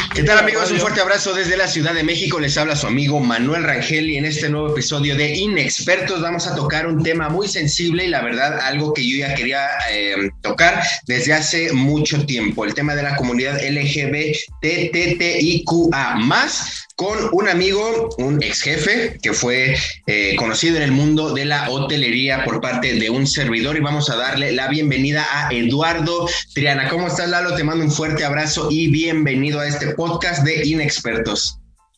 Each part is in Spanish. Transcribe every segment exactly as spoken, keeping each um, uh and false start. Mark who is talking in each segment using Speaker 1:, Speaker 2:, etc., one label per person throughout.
Speaker 1: ¿Qué tal, amigos? Un fuerte abrazo desde la Ciudad de México. Les habla su amigo Manuel Rangel y en este nuevo episodio de Inexpertos vamos a tocar un tema muy sensible y la verdad algo que yo ya quería eh, tocar desde hace mucho tiempo, el tema de la comunidad L G B T I Q A más, con un amigo, un ex jefe que fue eh, conocido en el mundo de la hotelería por parte de un servidor, y vamos a darle la bienvenida a Eduardo Triana. ¿Cómo estás, Lalo? Te mando un fuerte abrazo y bienvenido a este podcast de Inexpertos.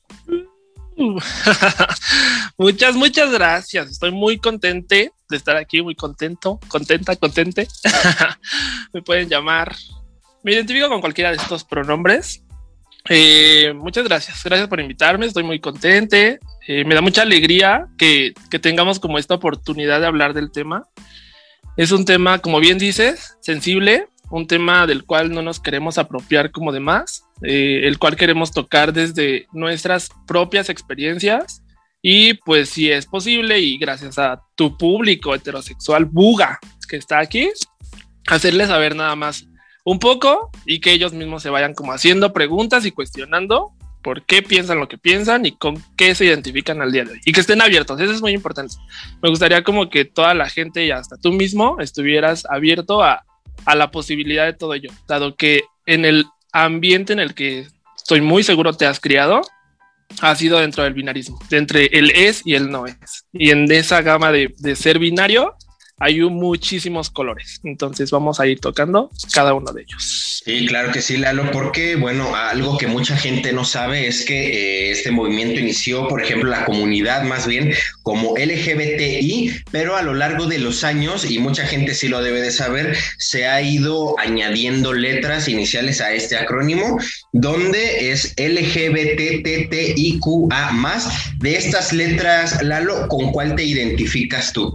Speaker 2: Muchas, muchas gracias. Estoy muy contente de estar aquí, muy contento, contenta, contente. Me pueden llamar, me identifico con cualquiera de estos pronombres. Eh, muchas gracias, gracias por invitarme, estoy muy contente. Eh, me da mucha alegría que, que tengamos como esta oportunidad de hablar del tema. Es un tema, como bien dices, sensible, un tema del cual no nos queremos apropiar como demás, eh, el cual queremos tocar desde nuestras propias experiencias y pues si es posible y gracias a tu público heterosexual buga que está aquí, hacerles saber nada más un poco y que ellos mismos se vayan como haciendo preguntas y cuestionando por qué piensan lo que piensan y con qué se identifican al día de hoy y que estén abiertos. Eso es muy importante. Me gustaría como que toda la gente y hasta tú mismo estuvieras abierto a, a la posibilidad de todo ello, dado que en el ambiente en el que estoy muy seguro te has criado ha sido dentro del binarismo, de entre el es y el no es, y en esa gama de, de ser binario hay muchísimos colores, entonces vamos a ir tocando cada uno de ellos.
Speaker 1: Sí, claro que sí, Lalo, porque, bueno, algo que mucha gente no sabe es que eh, este movimiento inició, por ejemplo, la comunidad más bien como L G B T I, pero a lo largo de los años, y mucha gente sí lo debe de saber, se ha ido añadiendo letras iniciales a este acrónimo, donde es L G B T I Q A más. De estas letras, Lalo, ¿con cuál te identificas tú?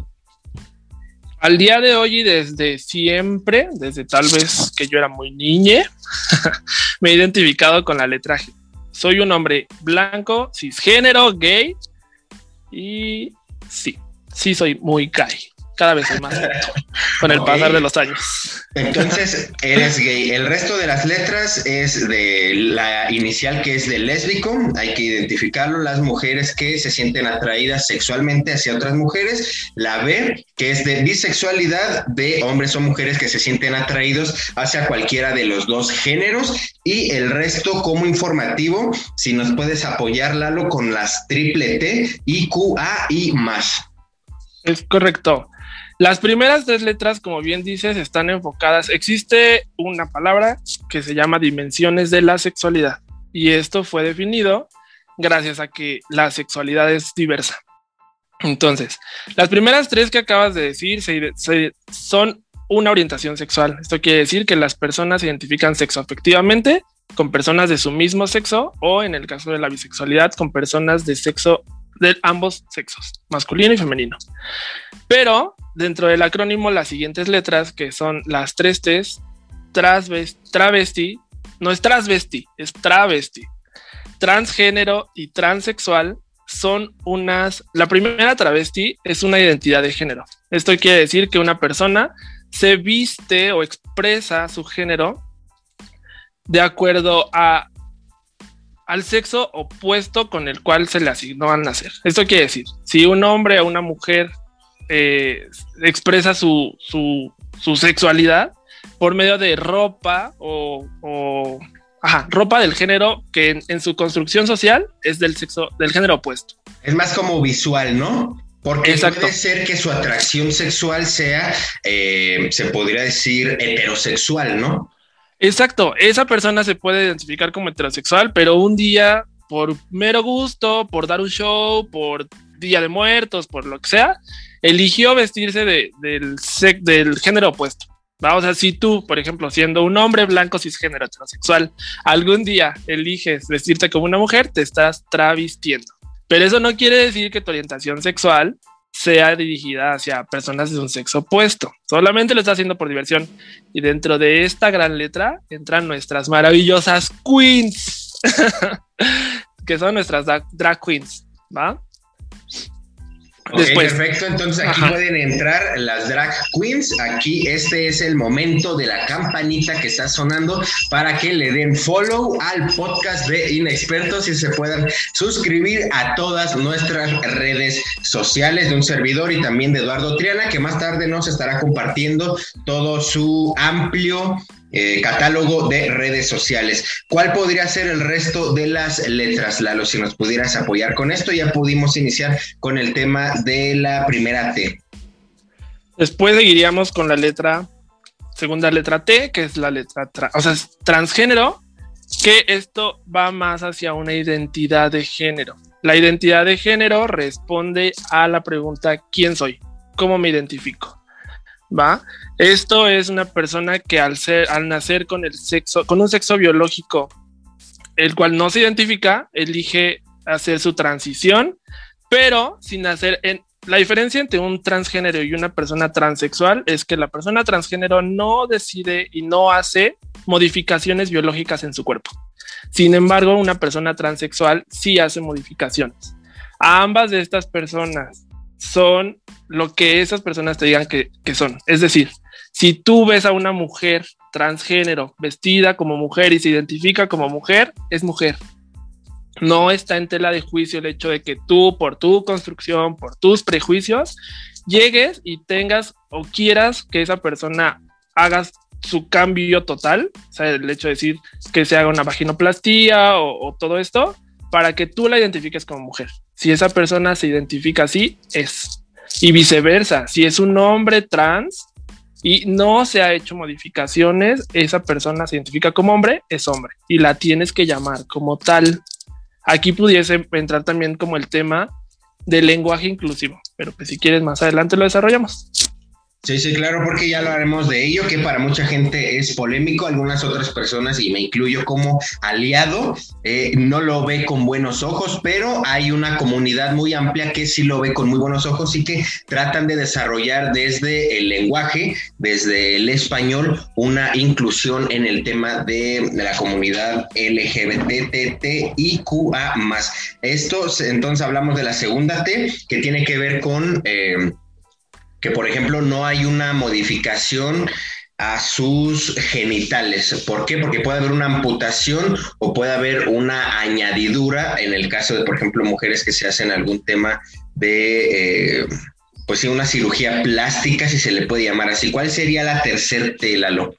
Speaker 2: Al día de hoy y desde siempre, desde tal vez que yo era muy niñe, me he identificado con la letra G. Soy un hombre blanco, cisgénero, gay y sí, sí soy muy gay. Cada vez soy más alto con el okay. pasar de los años.
Speaker 1: Entonces, eres gay. El resto de las letras es de la inicial, que es de lésbico. Hay que identificarlo. Las mujeres que se sienten atraídas sexualmente hacia otras mujeres. La B, que es de bisexualidad, de hombres o mujeres que se sienten atraídos hacia cualquiera de los dos géneros. Y el resto como informativo, si nos puedes apoyar, Lalo, con las triple T, I Q A y más.
Speaker 2: Es correcto. Las primeras tres letras, como bien dices, están enfocadas. Existe una palabra que se llama dimensiones de la sexualidad y esto fue definido gracias a que la sexualidad es diversa. Entonces, las primeras tres que acabas de decir se, se, son una orientación sexual. Esto quiere decir que las personas se identifican sexoafectivamente con personas de su mismo sexo o, en el caso de la bisexualidad, con personas de sexo de ambos sexos, masculino y femenino. Pero dentro del acrónimo, las siguientes letras, que son las tres T's, transvesti, travesti, no es transvesti, es travesti, transgénero y transexual, son unas... La primera, travesti, es una identidad de género. Esto quiere decir que una persona se viste o expresa su género de acuerdo a al sexo opuesto con el cual se le asignó al nacer. Esto quiere decir, si un hombre o una mujer eh, expresa su, su, su sexualidad por medio de ropa o, o ajá, ropa del género que en, en su construcción social es del sexo, del género opuesto.
Speaker 1: Es más como visual, ¿no? Porque
Speaker 2: exacto.
Speaker 1: Puede ser que su atracción sexual sea, eh, se podría decir, heterosexual, ¿no?
Speaker 2: Exacto, esa persona se puede identificar como heterosexual, pero un día, por mero gusto, por dar un show, por Día de Muertos, por lo que sea, eligió vestirse de, del, sec, del género opuesto. Vamos a, si tú, por ejemplo, siendo un hombre blanco cisgénero heterosexual, algún día eliges vestirte como una mujer, te estás travestiendo. Pero eso no quiere decir que tu orientación sexual sea dirigida hacia personas de un sexo opuesto. Solamente lo está haciendo por diversión. Y dentro de esta gran letra entran nuestras maravillosas queens, que son nuestras drag, drag queens, ¿va?
Speaker 1: Ok, después. Perfecto, entonces aquí Ajá. pueden entrar las drag queens, aquí este es el momento de la campanita que está sonando para que le den follow al podcast de Inexpertos y se puedan suscribir a todas nuestras redes sociales de un servidor y también de Eduardo Triana, que más tarde nos estará compartiendo todo su amplio Eh, catálogo de redes sociales. ¿Cuál podría ser el resto de las letras, Lalo? Si nos pudieras apoyar con esto, ya pudimos iniciar con el tema de la primera T.
Speaker 2: Después seguiríamos con la letra, segunda letra T, que es la letra, tra- o sea, es transgénero, que esto va más hacia una identidad de género. La identidad de género responde a la pregunta ¿quién soy? ¿Cómo me identifico? ¿Va? Esto es una persona que al ser, al nacer con el sexo, con un sexo biológico, el cual no se identifica, elige hacer su transición, pero sin hacer en la diferencia entre un transgénero y una persona transexual es que la persona transgénero no decide y no hace modificaciones biológicas en su cuerpo. Sin embargo, una persona transexual sí hace modificaciones. A ambas de estas personas son lo que esas personas te digan que, que son. Es decir, si tú ves a una mujer transgénero vestida como mujer y se identifica como mujer, es mujer. No está en tela de juicio el hecho de que tú, por tu construcción, por tus prejuicios, llegues y tengas o quieras que esa persona haga su cambio total, o sea, el hecho de decir que se haga una vaginoplastia o, o todo esto, para que tú la identifiques como mujer. Si esa persona se identifica así, es. Y viceversa, si es un hombre trans y no se ha hecho modificaciones, esa persona se identifica como hombre, es hombre. Y la tienes que llamar como tal. Aquí pudiese entrar también como el tema del lenguaje inclusivo, pero pues si quieres más adelante lo desarrollamos.
Speaker 1: Sí, sí, claro, porque ya lo haremos de ello, que para mucha gente es polémico, algunas otras personas, y me incluyo como aliado, eh, no lo ve con buenos ojos, pero hay una comunidad muy amplia que sí lo ve con muy buenos ojos y que tratan de desarrollar desde el lenguaje, desde el español, una inclusión en el tema de, de la comunidad L G B T T T I Q A más. Esto, entonces hablamos de la segunda T, que tiene que ver con... Eh, que por ejemplo no hay una modificación a sus genitales. ¿Por qué? Porque puede haber una amputación o puede haber una añadidura en el caso de, por ejemplo, mujeres que se hacen algún tema de, eh, pues sí, una cirugía plástica, si se le puede llamar así. ¿Cuál sería la tercer T, Lalo?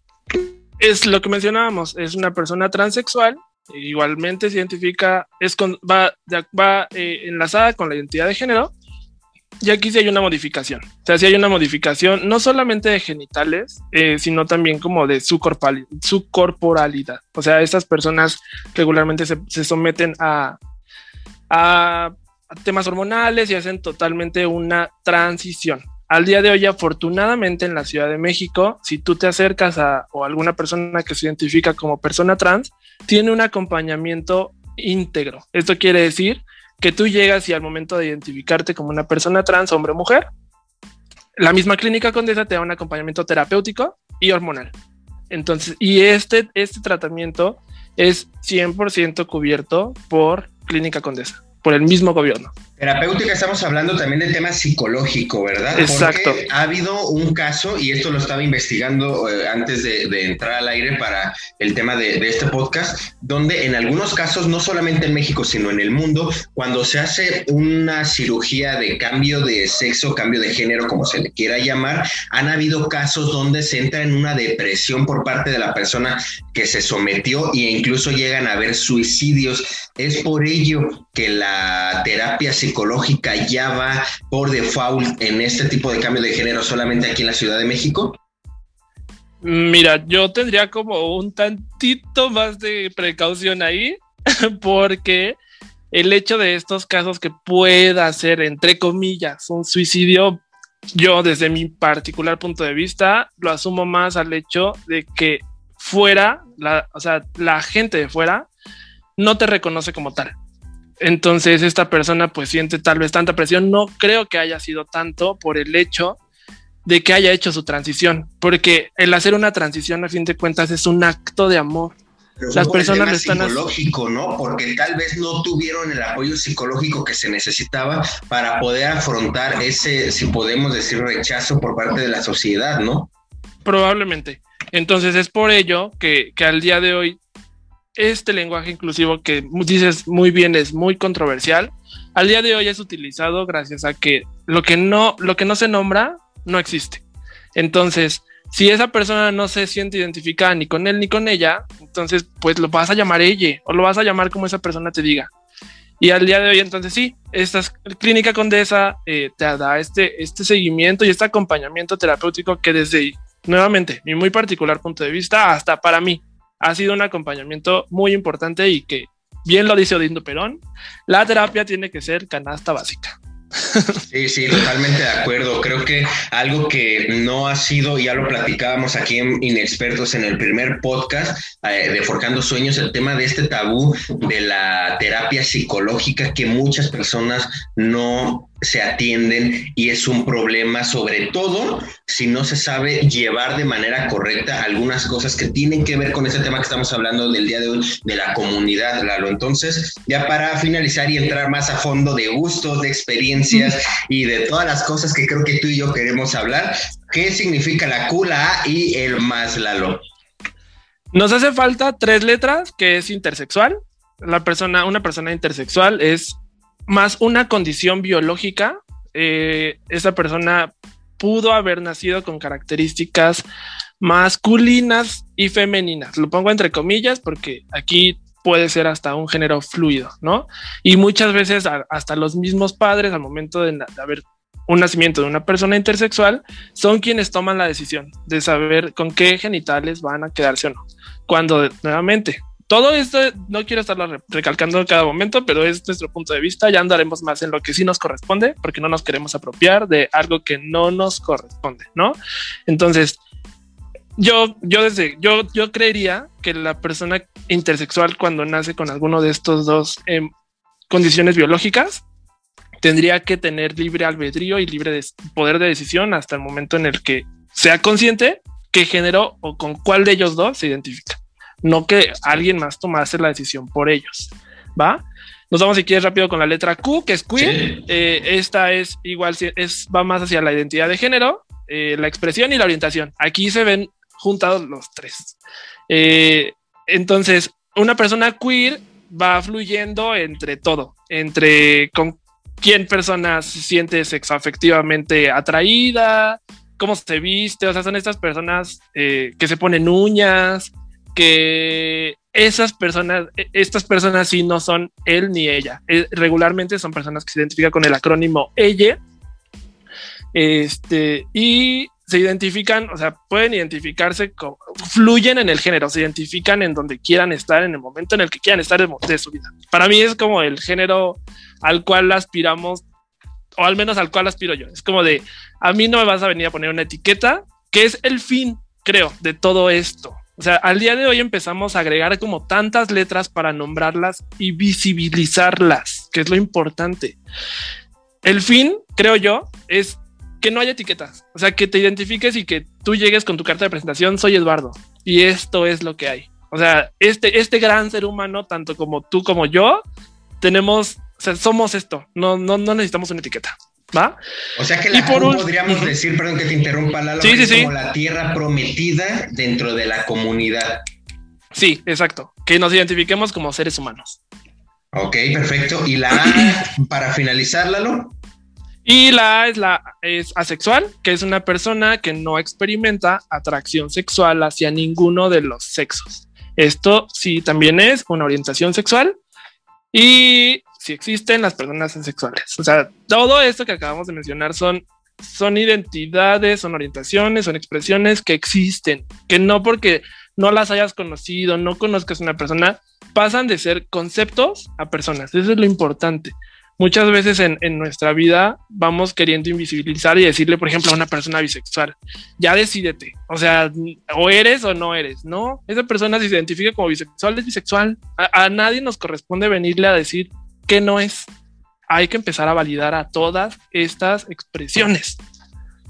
Speaker 2: Es lo que mencionábamos, es una persona transexual, igualmente se identifica, es con, va, va eh, enlazada con la identidad de género. Y aquí sí hay una modificación, o sea, sí hay una modificación no solamente de genitales, eh, sino también como de su, corpali- su corporalidad. O sea, estas personas regularmente se, se someten a, a, a temas hormonales y hacen totalmente una transición. Al día de hoy, afortunadamente en la Ciudad de México, si tú te acercas a o alguna persona que se identifica como persona trans, tiene un acompañamiento íntegro. Esto quiere decir que tú llegas y al momento de identificarte como una persona trans, hombre o mujer, la misma Clínica Condesa te da un acompañamiento terapéutico y hormonal. Entonces, y este, este tratamiento es cien por ciento cubierto por Clínica Condesa, por el mismo gobierno.
Speaker 1: Terapéutica, estamos hablando también del tema psicológico, ¿verdad?
Speaker 2: Exacto.
Speaker 1: Porque ha habido un caso, y esto lo estaba investigando eh, antes de, de entrar al aire para el tema de, de este podcast, donde en algunos casos, no solamente en México, sino en el mundo, cuando se hace una cirugía de cambio de sexo, cambio de género, como se le quiera llamar, han habido casos donde se entra en una depresión por parte de la persona que se sometió e incluso llegan a haber suicidios. Es por ello que la terapia psicológica ya va por default en este tipo de cambio de género solamente aquí en la Ciudad de México.
Speaker 2: Mira, yo tendría como un tantito más de precaución ahí, porque el hecho de estos casos que pueda ser, entre comillas, un suicidio, yo desde mi particular punto de vista lo asumo más al hecho de que fuera, la, o sea, la gente de fuera no te reconoce como tal. Entonces esta persona pues siente tal vez tanta presión. No creo que haya sido tanto por el hecho de que haya hecho su transición, porque el hacer una transición a fin de cuentas es un acto de amor.
Speaker 1: Pero
Speaker 2: las personas lo están
Speaker 1: psicológico, ¿no? Porque tal vez no tuvieron el apoyo psicológico que se necesitaba para poder afrontar ese, si podemos decir, rechazo por parte de la sociedad, ¿no?
Speaker 2: Probablemente. Entonces es por ello que, que al día de hoy este lenguaje inclusivo que dices muy bien es muy controversial, al día de hoy es utilizado gracias a que lo que no, lo que no se nombra no existe. Entonces, si esa persona no se siente identificada ni con él ni con ella, entonces pues lo vas a llamar ella o lo vas a llamar como esa persona te diga. Y al día de hoy, entonces sí, esta Clínica Condesa eh, te da este, este seguimiento y este acompañamiento terapéutico que desde, nuevamente, mi muy particular punto de vista, hasta para mí, ha sido un acompañamiento muy importante y que, bien lo dice Odindo Perón, la terapia tiene que ser canasta básica.
Speaker 1: Sí, sí, totalmente de acuerdo. Creo que algo que no ha sido, ya lo platicábamos aquí en Inexpertos en el primer podcast eh, de Forjando Sueños, el tema de este tabú de la terapia psicológica que muchas personas no se atienden y es un problema, sobre todo si no se sabe llevar de manera correcta algunas cosas que tienen que ver con ese tema que estamos hablando del día de hoy, de la comunidad, Lalo. Entonces, ya para finalizar y entrar más a fondo de gustos, de experiencias y de todas las cosas que creo que tú y yo queremos hablar, ¿qué significa la Q, la A y el más, Lalo?
Speaker 2: Nos hace falta tres letras, que es intersexual. La persona, una persona intersexual es más una condición biológica. Eh, esa persona pudo haber nacido con características masculinas y femeninas. Lo pongo entre comillas porque aquí puede ser hasta un género fluido, ¿no? Y muchas veces a, hasta los mismos padres, al momento de, de haber un nacimiento de una persona intersexual, son quienes toman la decisión de saber con qué genitales van a quedarse o no. Cuando, nuevamente, todo esto no quiero estarlo recalcando en cada momento, pero es nuestro punto de vista. Ya andaremos más en lo que sí nos corresponde, porque no nos queremos apropiar de algo que no nos corresponde, ¿no? Entonces, yo, yo desde, yo, yo creería que la persona intersexual, cuando nace con alguno de estos dos eh, condiciones biológicas, tendría que tener libre albedrío y libre de poder de decisión hasta el momento en el que sea consciente qué género o con cuál de ellos dos se identifica. No que alguien más tomase la decisión por ellos, ¿va? Nos vamos, si quieres, rápido con la letra Q, que es queer. Sí. Eh, esta es igual, es, va más hacia la identidad de género, eh, la expresión y la orientación. Aquí se ven juntados los tres. Eh, entonces, una persona queer va fluyendo entre todo, entre con quién persona se siente sexoafectivamente atraída, cómo se viste, o sea, son estas personas eh, que se ponen uñas, que esas personas, estas personas sí no son él ni ella. Eh, regularmente son personas que se identifican con el acrónimo ella, este, y se identifican, o sea, pueden identificarse, con, fluyen en el género, se identifican en donde quieran estar, en el momento en el que quieran estar de, de su vida. Para mí es como el género al cual aspiramos, o al menos al cual aspiro yo. Es como de, a mí no me vas a venir a poner una etiqueta, que es el fin, creo, de todo esto. O sea, al día de hoy empezamos a agregar como tantas letras para nombrarlas y visibilizarlas, que es lo importante. El fin, creo yo, es que no haya etiquetas. O sea, que te identifiques y que tú llegues con tu carta de presentación, soy Eduardo, y esto es lo que hay. O sea, este, este gran ser humano, tanto como tú como yo, tenemos, o sea, somos esto. No, no, no necesitamos una etiqueta. ¿Va?
Speaker 1: O sea que la Q un... podríamos uh-huh. decir, perdón que te interrumpa, Lalo,
Speaker 2: sí, sí,
Speaker 1: es
Speaker 2: sí.
Speaker 1: como la tierra prometida dentro de la comunidad.
Speaker 2: Sí, exacto. Que nos identifiquemos como seres humanos.
Speaker 1: Ok, perfecto. ¿Y la A, para finalizar, Lalo?
Speaker 2: Y la A es la es asexual, que es una persona que no experimenta atracción sexual hacia ninguno de los sexos. Esto sí también es una orientación sexual y si existen las personas asexuales. O sea, todo esto que acabamos de mencionar son, son identidades, son orientaciones, son expresiones que existen, que no porque no las hayas conocido, no conozcas a una persona, pasan de ser conceptos a personas. Eso es lo importante. Muchas veces en, en nuestra vida vamos queriendo invisibilizar y decirle, por ejemplo, a una persona bisexual, ya decídete, o sea, o eres o no eres, ¿no? Esa persona si se identifica como bisexual es bisexual. A, a nadie nos corresponde venirle a decir que no es. Hay que empezar a validar a todas estas expresiones.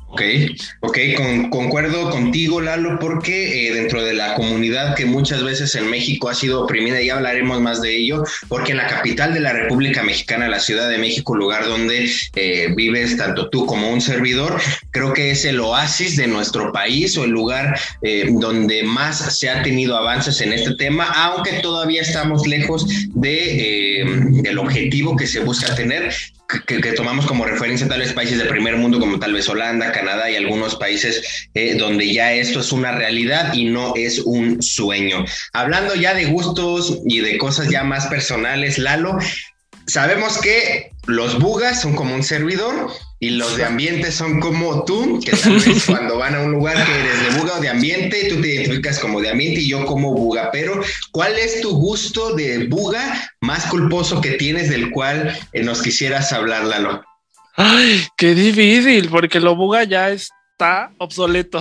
Speaker 1: Ok, ok, con, concuerdo contigo, Lalo, porque eh, dentro de la comunidad que muchas veces en México ha sido oprimida, y hablaremos más de ello, porque en la capital de la República Mexicana, la Ciudad de México, lugar donde eh, vives tanto tú como un servidor, creo que es el oasis de nuestro país o el lugar eh, donde más se ha tenido avances en este tema, aunque todavía estamos lejos de, eh, del objetivo que se busca tener. Que, que tomamos como referencia tales países de primer mundo como tal vez Holanda, Canadá y algunos países eh, donde ya esto es una realidad y no es un sueño. Hablando ya de gustos y de cosas ya más personales, Lalo, sabemos que los bugas son como un servidor y los de ambiente son como tú, que tal vez cuando van a un lugar que eres de buga o de ambiente, tú te identificas como de ambiente y yo como buga. Pero, ¿cuál es tu gusto de buga más culposo que tienes del cual eh, nos quisieras hablar, Lalo?
Speaker 2: Ay, qué difícil, porque lo buga ya está obsoleto.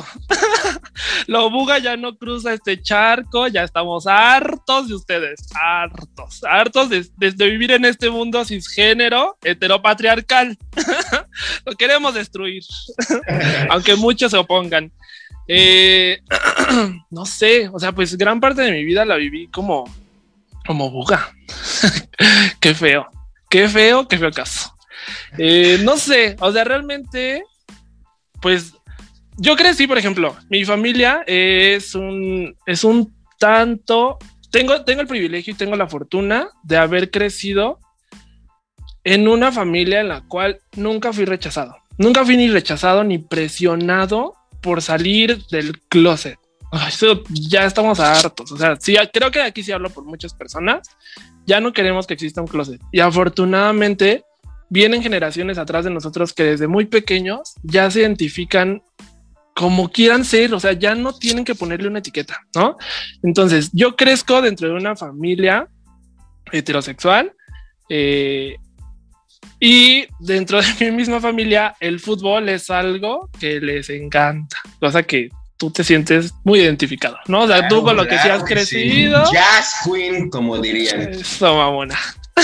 Speaker 2: Lo buga ya no cruza este charco, ya estamos hartos de ustedes, hartos, hartos de, de, de vivir en este mundo cisgénero, heteropatriarcal. Lo queremos destruir, aunque muchos se opongan. Eh, no sé, o sea, pues gran parte de mi vida la viví como, como buga. Qué feo, qué feo, qué feo caso. Eh, no sé, o sea, realmente, pues yo crecí, por ejemplo, mi familia es un, es un tanto, tengo, tengo el privilegio y tengo la fortuna de haber crecido en una familia en la cual nunca fui rechazado. Nunca fui ni rechazado ni presionado por salir del closet. Ay, eso ya estamos hartos. O sea, sí, creo que aquí sí hablo por muchas personas. Ya no queremos que exista un closet. Y afortunadamente vienen generaciones atrás de nosotros que desde muy pequeños ya se identifican como quieran ser, o sea, ya no tienen que ponerle una etiqueta, ¿no? Entonces, yo crezco dentro de una familia heterosexual eh, y dentro de mi misma familia el fútbol es algo que les encanta, cosa que tú te sientes muy identificado, ¿no? O sea, claro, tú con lo claro que sí has crecido.
Speaker 1: Sí. Jazz Queen, como dirían.
Speaker 2: Eso, mamona.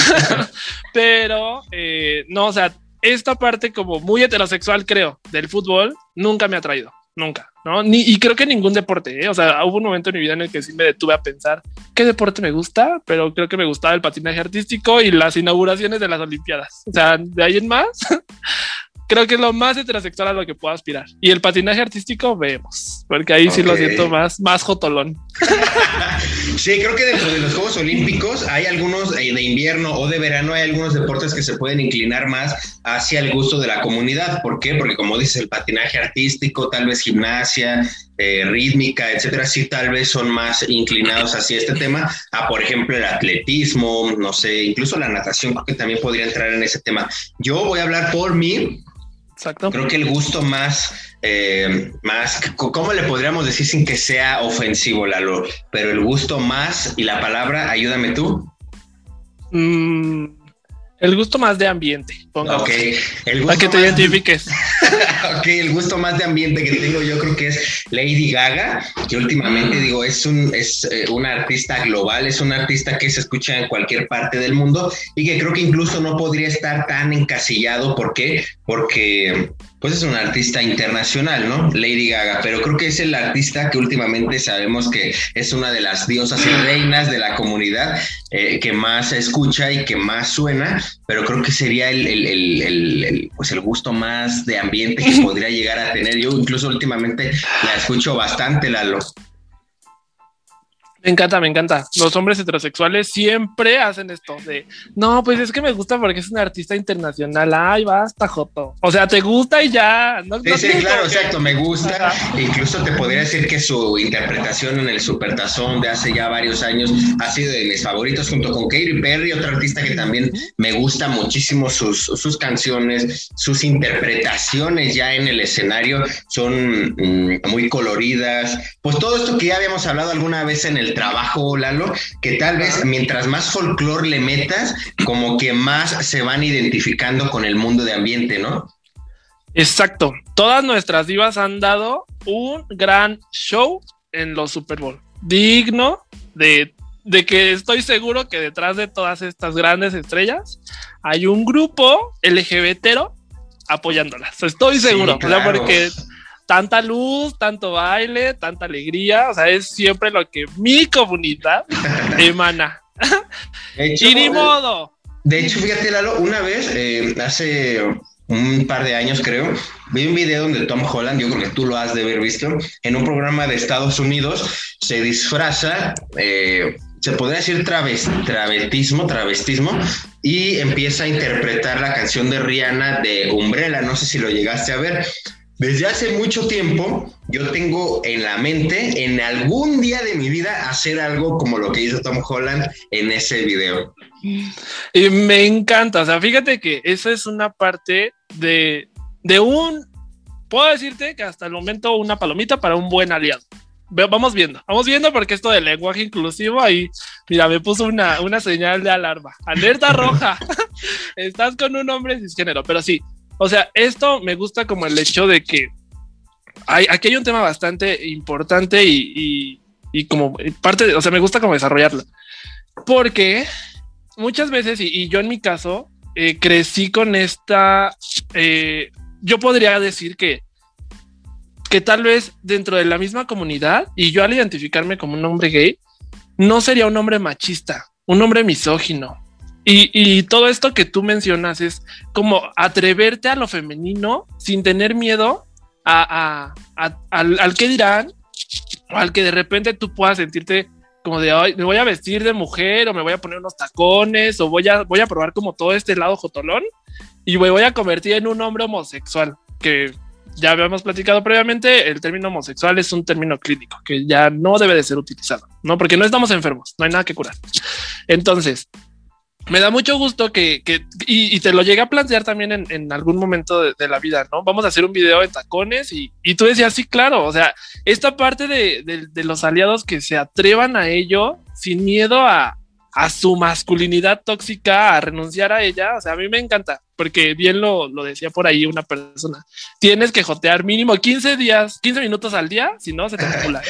Speaker 2: Pero, eh, no, o sea, esta parte como muy heterosexual, creo, del fútbol, nunca me ha atraído. Nunca, ¿no? Ni, y creo que ningún deporte, ¿eh? O sea, hubo un momento en mi vida en el que sí me detuve a pensar qué deporte me gusta, pero creo que me gustaba el patinaje artístico y las inauguraciones de las Olimpiadas. O sea, de ahí en más, creo que es lo más heterosexual a lo que puedo aspirar. Y el patinaje artístico, vemos, porque ahí okay. sí lo siento más, más jotolón.
Speaker 1: Sí, creo que dentro de los Juegos Olímpicos hay algunos eh, de invierno o de verano, hay algunos deportes que se pueden inclinar más hacia el gusto de la comunidad. ¿Por qué? Porque como dices, el patinaje artístico, tal vez gimnasia, eh, rítmica, etcétera, sí tal vez son más inclinados hacia este tema, a por ejemplo el atletismo, no sé, incluso la natación creo que también podría entrar en ese tema. Yo voy a hablar por mí.
Speaker 2: Exacto.
Speaker 1: Creo que el gusto más, eh, más, ¿cómo le podríamos decir sin que sea ofensivo, Lalo? Pero el gusto más y la palabra, ayúdame tú.
Speaker 2: Mm, el gusto más de ambiente, pongamos.
Speaker 1: Ok, el gusto
Speaker 2: para que te
Speaker 1: más...
Speaker 2: identifiques.
Speaker 1: Ok, el gusto más de ambiente que tengo yo creo que es Lady Gaga, que últimamente digo es un es eh, una artista global, es una artista que se escucha en cualquier parte del mundo y que creo que incluso no podría estar tan encasillado. ¿Por qué? Porque pues es una artista internacional, ¿no? Lady Gaga, pero creo que es el artista que últimamente sabemos que es una de las diosas y reinas de la comunidad eh, que más se escucha y que más suena, pero creo que sería el, el, el, el, el pues el gusto más de ambiente que podría llegar a tener. Yo incluso últimamente la escucho bastante, Lalo.
Speaker 2: Me encanta, me encanta. Los hombres heterosexuales siempre hacen esto de, no, pues es que me gusta porque es una artista internacional. Ay, basta, joto. O sea, te gusta y ya. No,
Speaker 1: sí,
Speaker 2: no
Speaker 1: sí, claro, que... exacto, me gusta. Ajá. Incluso te podría decir que su interpretación en el Supertazón de hace ya varios años ha sido de mis favoritos, junto con Katy Perry, otra artista que también me gusta muchísimo sus, sus canciones, sus interpretaciones ya en el escenario son mm, muy coloridas. Pues todo esto que ya habíamos hablado alguna vez en el trabajo, Lalo, que tal vez mientras más folclore le metas, como que más se van identificando con el mundo de ambiente, ¿no?
Speaker 2: Exacto. Todas nuestras divas han dado un gran show en los Super Bowl, digno de, de que estoy seguro que detrás de todas estas grandes estrellas hay un grupo L G B T apoyándolas, estoy seguro, sí, claro. O sea, porque tanta luz, tanto baile, tanta alegría, o sea, es siempre lo que mi comunidad emana. Hecho, y ni modo.
Speaker 1: De hecho, fíjate, Lalo, una vez, eh, hace un par de años creo, vi un video donde Tom Holland, yo creo que tú lo has de haber visto, en un programa de Estados Unidos, se disfraza, eh, se podría decir traves, travestismo, travestismo, y empieza a interpretar la canción de Rihanna de Umbrella, no sé si lo llegaste a ver. Desde hace mucho tiempo yo tengo en la mente en algún día de mi vida hacer algo como lo que hizo Tom Holland en ese video.
Speaker 2: Y me encanta, o sea, fíjate que esa es una parte de, de un, puedo decirte que hasta el momento una palomita para un buen aliado. Vamos viendo, vamos viendo porque esto del lenguaje inclusivo ahí, mira, me puso una, una señal de alarma, alerta roja, estás con un hombre cisgénero, pero sí. O sea, esto me gusta como el hecho de que hay, aquí hay un tema bastante importante y, y, y como parte de, o sea, me gusta como desarrollarlo. Porque muchas veces, y, y yo en mi caso, eh, crecí con esta, eh, yo podría decir que, que tal vez dentro de la misma comunidad, y yo al identificarme como un hombre gay, no sería un hombre machista, un hombre misógino. Y, y todo esto que tú mencionas es como atreverte a lo femenino sin tener miedo a, a, a, al, al que dirán, o al que de repente tú puedas sentirte como de ay, me voy a vestir de mujer o me voy a poner unos tacones o voy a, voy a probar como todo este lado jotolón y me voy a convertir en un hombre homosexual, que ya habíamos platicado previamente, el término homosexual es un término clínico que ya no debe de ser utilizado, ¿no? Porque no estamos enfermos, no hay nada que curar. Entonces, me da mucho gusto que, que y, y te lo llegué a plantear también en, en algún momento de, de la vida, ¿no? Vamos a hacer un video en tacones y, y tú decías, sí, claro, o sea, esta parte de, de, de los aliados que se atrevan a ello sin miedo a, a su masculinidad tóxica, a renunciar a ella, o sea, a mí me encanta, porque bien lo, lo decía por ahí una persona, tienes que jotear mínimo quince días, quince minutos al día, si no se te acumula.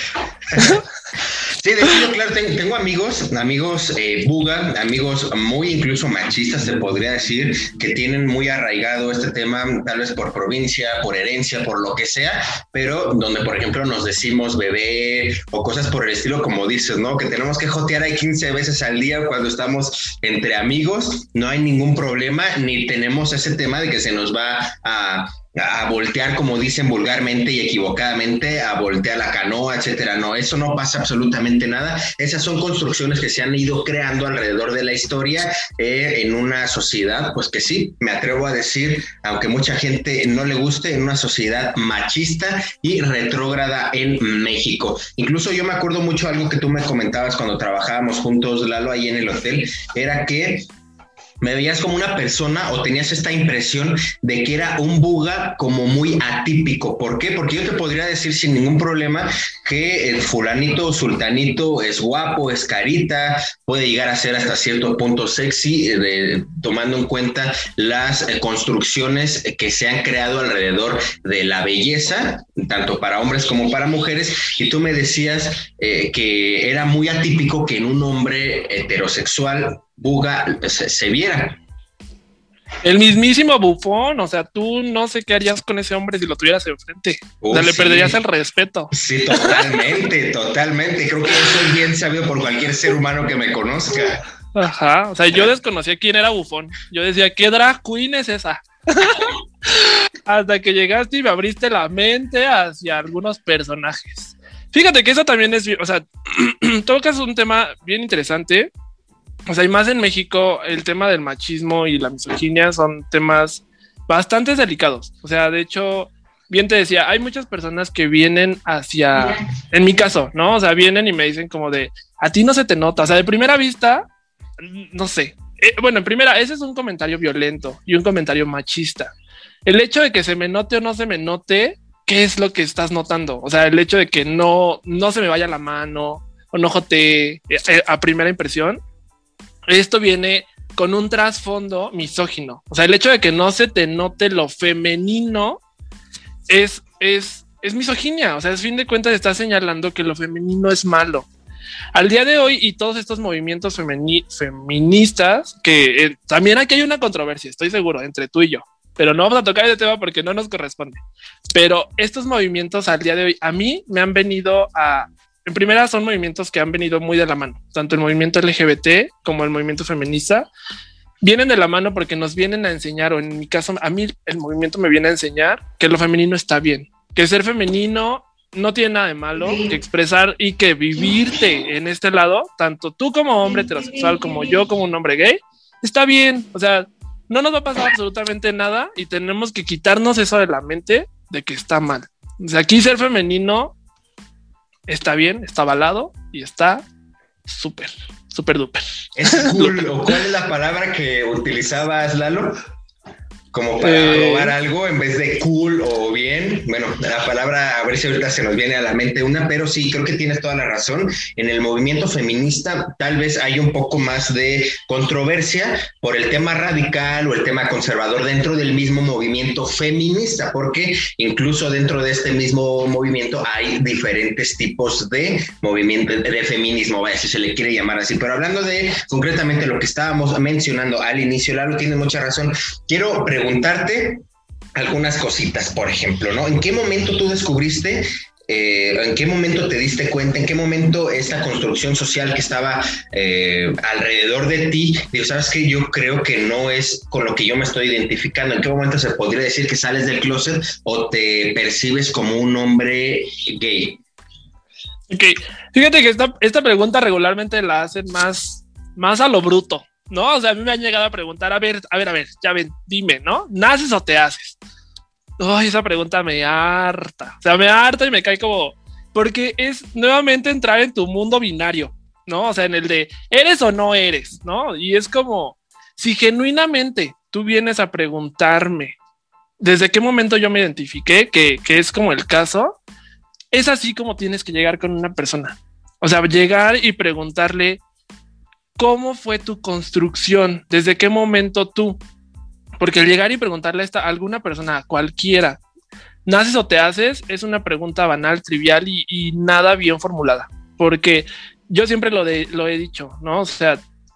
Speaker 1: Sí, de hecho, claro, tengo, tengo amigos, amigos eh, buga, amigos muy incluso machistas, se podría decir, que tienen muy arraigado este tema, tal vez por provincia, por herencia, por lo que sea, pero donde, por ejemplo, nos decimos bebé o cosas por el estilo, como dices, ¿no? Que tenemos que jotear ahí quince veces al día cuando estamos entre amigos, no hay ningún problema, ni tenemos ese tema de que se nos va a... a voltear, como dicen vulgarmente y equivocadamente, a voltear la canoa, etcétera. No, eso no pasa absolutamente nada. Esas son construcciones que se han ido creando alrededor de la historia eh, en una sociedad, pues que sí, me atrevo a decir, aunque mucha gente no le guste, en una sociedad machista y retrógrada en México. Incluso yo me acuerdo mucho algo que tú me comentabas cuando trabajábamos juntos, Lalo, ahí en el hotel, era que me veías como una persona o tenías esta impresión de que era un buga como muy atípico. ¿Por qué? Porque yo te podría decir sin ningún problema que el fulanito o sultanito es guapo, es carita, puede llegar a ser hasta cierto punto sexy, eh, tomando en cuenta las eh, construcciones que se han creado alrededor de la belleza, tanto para hombres como para mujeres. Y tú me decías eh, que era muy atípico que en un hombre heterosexual buga se, se viera.
Speaker 2: El mismísimo Bufón, o sea, tú no sé qué harías con ese hombre si lo tuvieras enfrente. Uh, o sea, sí. Le perderías el respeto.
Speaker 1: Sí, totalmente, totalmente. Creo que eso es bien sabido por cualquier ser humano que me conozca.
Speaker 2: Ajá, o sea, yo desconocía quién era Bufón. Yo decía, ¿qué drag queen es esa? Hasta que llegaste y me abriste la mente hacia algunos personajes. Fíjate que eso también es, o sea, tocas un tema bien interesante. O sea, y más en México, el tema del machismo y la misoginia son temas bastante delicados. O sea, de hecho, bien te decía, hay muchas personas que vienen hacia, en mi caso, ¿no? O sea, vienen y me dicen como de, a ti no se te nota. O sea, de primera vista, no sé. Eh, bueno, en primera, ese es un comentario violento y un comentario machista. El hecho de que se me note o no se me note, ¿qué es lo que estás notando? O sea, el hecho de que no, no se me vaya la mano o no jotee eh, a primera impresión. Esto viene con un trasfondo misógino. O sea, el hecho de que no se te note lo femenino es, es, es misoginia. O sea, a fin de cuentas está señalando que lo femenino es malo. Al día de hoy y todos estos movimientos femini- feministas, que eh, también aquí hay una controversia, estoy seguro, entre tú y yo. pero no vamos a tocar ese tema porque no nos corresponde. Pero estos movimientos al día de hoy a mí me han venido a... En primera son movimientos que han venido muy de la mano, tanto el movimiento L G B T como el movimiento feminista. Vienen de la mano porque nos vienen a enseñar, o en mi caso, a mí el movimiento me viene a enseñar que lo femenino está bien, que ser femenino no tiene nada de malo, que expresar y que vivirte en este lado, tanto tú como hombre heterosexual, como yo como un hombre gay, está bien. O sea, no nos va a pasar absolutamente nada y tenemos que quitarnos eso de la mente de que está mal. O sea, aquí ser femenino está bien, está avalado y está súper, súper duper.
Speaker 1: ¿Es cool o cuál es la palabra que utilizabas, Lalo? Como para
Speaker 2: Eh,
Speaker 1: probar algo en vez de cool o bien. Bueno, la palabra, a ver si ahorita se nos viene a la mente una, pero sí, creo que tienes toda la razón. En el movimiento feminista tal vez hay un poco más de controversia por el tema radical o el tema conservador dentro del mismo movimiento feminista, porque incluso dentro de este mismo movimiento hay diferentes tipos de movimiento, de feminismo, vaya, si se le quiere llamar así. Pero hablando de concretamente lo que estábamos mencionando al inicio, Lalo tiene mucha razón. Quiero preguntar preguntarte algunas cositas, por ejemplo, ¿no? ¿En qué momento tú descubriste, eh, en qué momento te diste cuenta, en qué momento esta construcción social que estaba eh, alrededor de ti, digo, sabes que yo creo que no es con lo que yo me estoy identificando? ¿En qué momento se podría decir que sales del closet o te percibes como un hombre gay?
Speaker 2: Ok, fíjate que esta, esta pregunta regularmente la hacen más, más a lo bruto, ¿no? O sea, a mí me han llegado a preguntar, a ver, a ver, a ver, ya ven, dime, ¿no? ¿Naces o te haces? Ay, esa pregunta me harta. O sea, me harta y me cae como... Porque es nuevamente entrar en tu mundo binario, ¿no? O sea, en el de ¿eres o no eres? ¿No? Y es como, si genuinamente tú vienes a preguntarme desde qué momento yo me identifiqué, que, que es como el caso, es así como tienes que llegar con una persona. O sea, llegar y preguntarle... ¿Cómo fue tu construcción? ¿Desde qué momento tú? Porque el llegar y preguntarle a, esta, a alguna persona, a cualquiera, ¿naces o te haces? Es una pregunta banal, trivial y, y nada bien formulada. Porque yo siempre lo, de, lo he dicho, ¿no? O sea,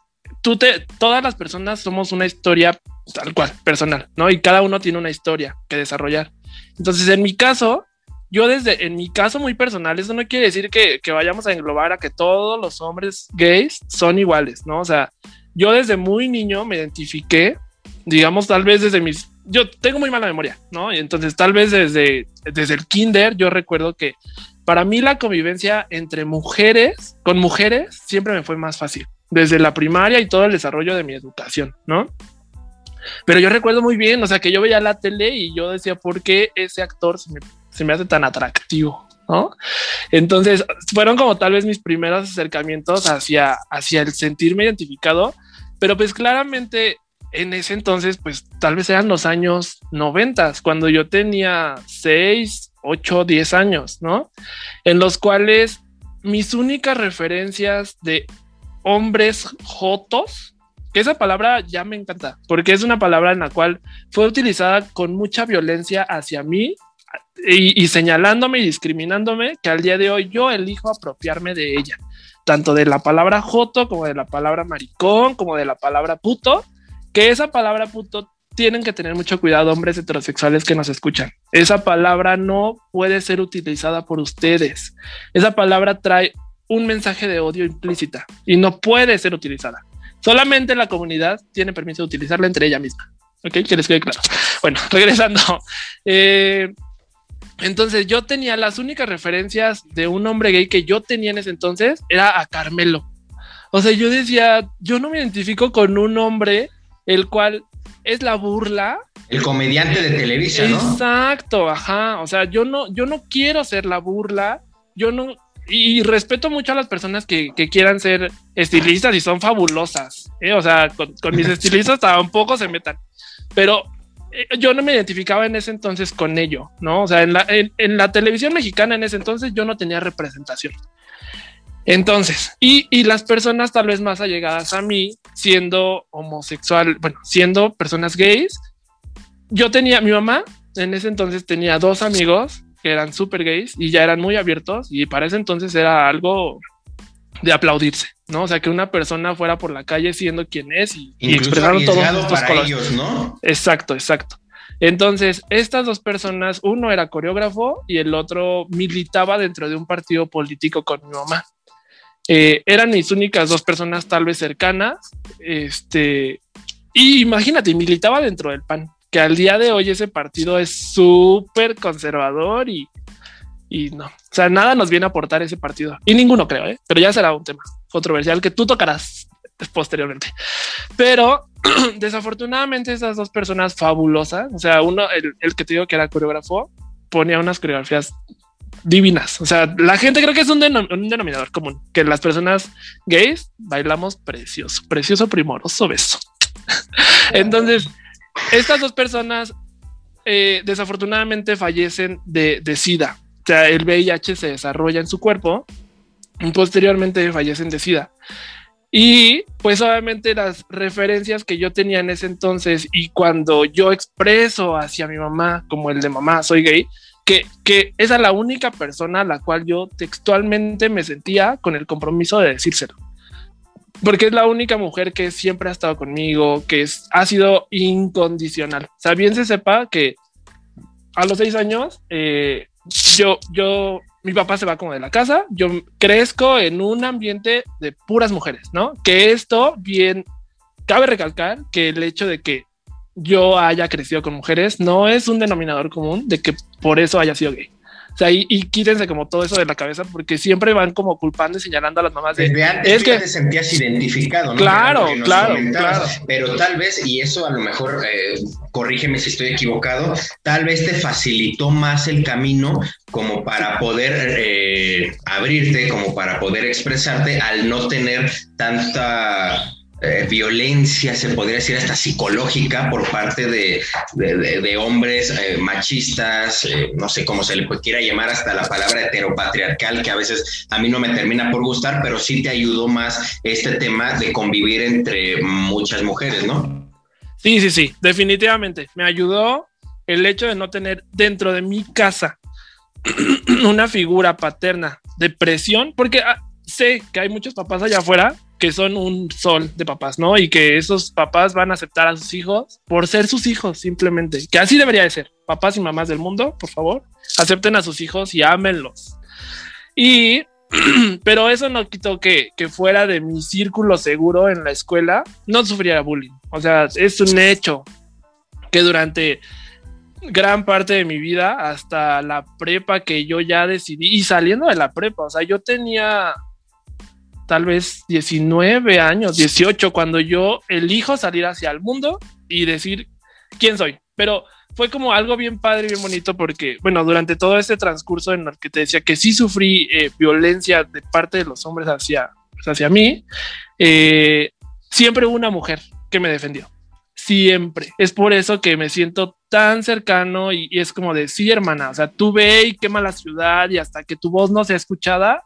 Speaker 2: tú te, todas las personas somos una historia tal cual, personal, ¿no? Y cada uno tiene una historia que desarrollar. Entonces, en mi caso... Yo desde, en mi caso muy personal, eso no quiere decir que, que vayamos a englobar a que todos los hombres gays son iguales, ¿no? O sea, yo desde muy niño me identifiqué, digamos, tal vez desde mis... Yo tengo muy mala memoria, ¿no? Y entonces tal vez desde, desde el kinder yo recuerdo que para mí la convivencia entre mujeres, con mujeres, siempre me fue más fácil. Desde la primaria y todo el desarrollo de mi educación, ¿no? Pero yo recuerdo muy bien, o sea, que yo veía la tele y yo decía, ¿por qué ese actor se me... se me hace tan atractivo, ¿no? Entonces fueron como tal vez mis primeros acercamientos hacia, hacia el sentirme identificado, pero pues claramente en ese entonces pues tal vez eran los años noventas, cuando yo tenía seis, ocho, diez años, ¿no? En los cuales mis únicas referencias de hombres jotos, que esa palabra ya me encanta, porque es una palabra en la cual fue utilizada con mucha violencia hacia mí, Y, y señalándome y discriminándome, que al día de hoy yo elijo apropiarme de ella, tanto de la palabra joto como de la palabra maricón, como de la palabra puto, que esa palabra puto tienen que tener mucho cuidado hombres heterosexuales que nos escuchan. Esa palabra no puede ser utilizada por ustedes. Esa palabra trae un mensaje de odio implícita y no puede ser utilizada. Solamente la comunidad tiene permiso de utilizarla entre ella misma. ¿Ok? Que les quede claro. Bueno, regresando. Eh... Entonces yo tenía las únicas referencias de un hombre gay que yo tenía en ese entonces era a Carmelo. O sea, yo decía, yo no me identifico con un hombre el cual es la burla.
Speaker 1: El comediante de Televisa, ¿no?
Speaker 2: Exacto, ajá. O sea, yo no, yo no quiero ser la burla. Yo no, y respeto mucho a las personas que, que quieran ser estilistas y son fabulosas, ¿eh? O sea, con, con mis estilistas tampoco se metan. Pero yo no me identificaba en ese entonces con ello, ¿no? O sea, en la, en, en la televisión mexicana en ese entonces yo no tenía representación. Entonces, y, y las personas tal vez más allegadas a mí, siendo homosexual, bueno, siendo personas gays, yo tenía, mi mamá en ese entonces tenía dos amigos que eran súper gays y ya eran muy abiertos y para ese entonces era algo de aplaudirse, ¿no? O sea, que una persona fuera por la calle siendo quien es y, y expresando todos estos
Speaker 1: para
Speaker 2: colores.
Speaker 1: Ellos, ¿no?
Speaker 2: Exacto, exacto. Entonces, estas dos personas, uno era coreógrafo y el otro militaba dentro de un partido político con mi mamá. Eh, eran mis únicas dos personas tal vez cercanas. Este, y imagínate, militaba dentro del P A N, que al día de hoy ese partido es súper conservador y, y no, o sea, nada nos viene a aportar ese partido. Y ninguno creo, ¿eh? Pero ya será un tema controversial que tú tocarás posteriormente. Pero desafortunadamente esas dos personas fabulosas, o sea, uno, el, el que te digo que era coreógrafo, ponía unas coreografías divinas. O sea, la gente creo que es un, denom- un denominador común, que las personas gays bailamos precioso, precioso, primoroso beso. Entonces, estas dos personas eh, desafortunadamente fallecen de, de SIDA. O sea, el V I H se desarrolla en su cuerpo y posteriormente fallecen de SIDA. Y pues obviamente las referencias que yo tenía en ese entonces y cuando yo expreso hacia mi mamá como el de mamá soy gay, que, que esa es la única persona a la cual yo textualmente me sentía con el compromiso de decírselo. Porque es la única mujer que siempre ha estado conmigo, que es, ha sido incondicional. O sea, bien se sepa que a los seis años eh, yo... yo mi papá se va como de la casa, yo crezco en un ambiente de puras mujeres, ¿no? Que esto bien, cabe recalcar que el hecho de que yo haya crecido con mujeres no es un denominador común de que por eso haya sido gay. O sea, y, y quítense como todo eso de la cabeza porque siempre van como culpando y señalando a las mamás de...
Speaker 1: Desde antes
Speaker 2: es
Speaker 1: que
Speaker 2: que
Speaker 1: te sentías identificado, ¿no?
Speaker 2: Claro, claro, claro.
Speaker 1: Pero tal vez, y eso a lo mejor, eh, corrígeme si estoy equivocado, tal vez te facilitó más el camino como para poder eh, abrirte, como para poder expresarte al no tener tanta... Eh, violencia, se podría decir hasta psicológica por parte de, de, de, de hombres eh, machistas, eh, no sé cómo se le quiera llamar, hasta la palabra heteropatriarcal, que a veces a mí no me termina por gustar, pero sí te ayudó más este tema de convivir entre muchas mujeres, ¿no?
Speaker 2: Sí, sí, sí, definitivamente. Me ayudó el hecho de no tener dentro de mi casa una figura paterna de presión, porque ah, sé que hay muchos papás allá afuera que son un sol de papás, ¿no? Y que esos papás van a aceptar a sus hijos por ser sus hijos, simplemente. Que así debería de ser. Papás y mamás del mundo, por favor, acepten a sus hijos y ámenlos. Y, pero eso no quitó que, que fuera de mi círculo seguro en la escuela, no sufriera bullying. O sea, es un hecho que durante gran parte de mi vida, hasta la prepa que yo ya decidí, y saliendo de la prepa, o sea, yo tenía... tal vez diecinueve años, dieciocho, cuando yo elijo salir hacia el mundo y decir quién soy. Pero fue como algo bien padre y bien bonito porque, bueno, durante todo este transcurso en el que te decía que sí sufrí eh, violencia de parte de los hombres hacia, pues hacia mí, eh, siempre hubo una mujer que me defendió. Siempre. Es por eso que me siento tan cercano y, y es como de, sí, hermana, o sea, tú ve y quema la ciudad y hasta que tu voz no sea escuchada,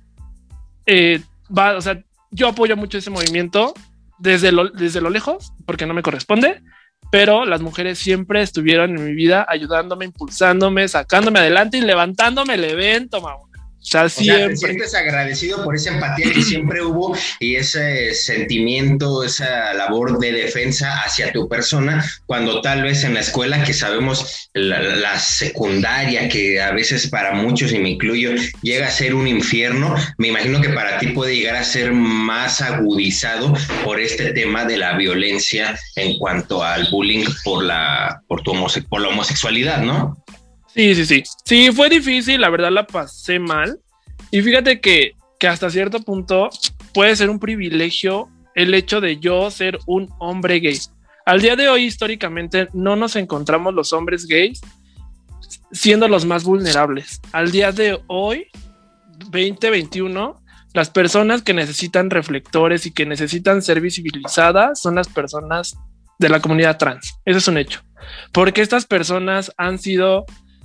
Speaker 2: eh, va, o sea, yo apoyo mucho ese movimiento desde lo, desde lo lejos, porque no me corresponde, pero las mujeres siempre estuvieron en mi vida ayudándome, impulsándome, sacándome adelante y levantándome el evento, mamá. O sea,
Speaker 1: o
Speaker 2: siempre.
Speaker 1: sea, te sientes agradecido por esa empatía que siempre hubo y ese sentimiento, esa labor de defensa hacia tu persona, cuando tal vez en la escuela, que sabemos la, la secundaria, que a veces para muchos, y me incluyo, llega a ser un infierno, me imagino que para ti puede llegar a ser más agudizado por este tema de la violencia en cuanto al bullying por la, por tu homose- por la homosexualidad, ¿no?
Speaker 2: Sí, sí, sí. Sí, fue difícil, la verdad la pasé mal. Y fíjate que, que hasta cierto punto puede ser un privilegio el hecho de yo ser un hombre gay. Al día de hoy, históricamente, no nos encontramos los hombres gays siendo los más vulnerables. Al día de hoy, veinte veintiuno, las personas que necesitan reflectores y que necesitan ser visibilizadas son las personas de la comunidad trans. Eso es un hecho. Porque estas personas han sido...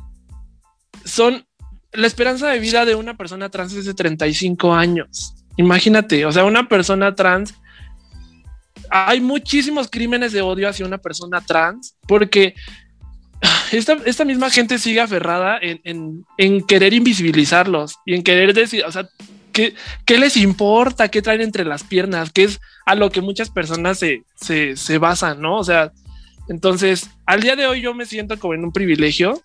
Speaker 2: son la esperanza de vida de una persona trans es de treinta y cinco años. Imagínate, o sea, una persona trans, hay muchísimos crímenes de odio hacia una persona trans porque esta, esta misma gente sigue aferrada en, en, en querer invisibilizarlos y en querer decir, o sea, ¿qué, qué les importa? ¿Qué traen entre las piernas? Que es a lo que muchas personas se, se, se basan, ¿no? O sea, Entonces, al día de hoy yo me siento como en un privilegio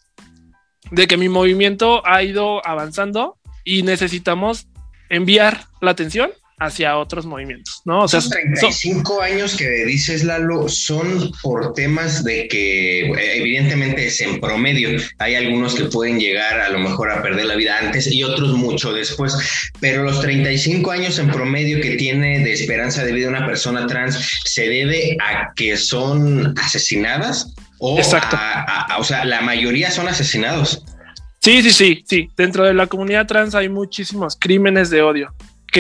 Speaker 2: de que mi movimiento ha ido avanzando y necesitamos enviar la atención hacia otros movimientos, ¿no? O sea,
Speaker 1: esos treinta y cinco so, años que dices, Lalo, son por temas de que evidentemente es en promedio. Hay algunos que pueden llegar a lo mejor a perder la vida antes y otros mucho después, pero los treinta y cinco años en promedio que tiene de esperanza de vida una persona trans, ¿se debe a que son asesinadas? O,
Speaker 2: Exacto.
Speaker 1: A, a, a, o sea, la mayoría son asesinados.
Speaker 2: Sí, sí, sí, sí. Dentro de la comunidad trans hay muchísimos crímenes de odio,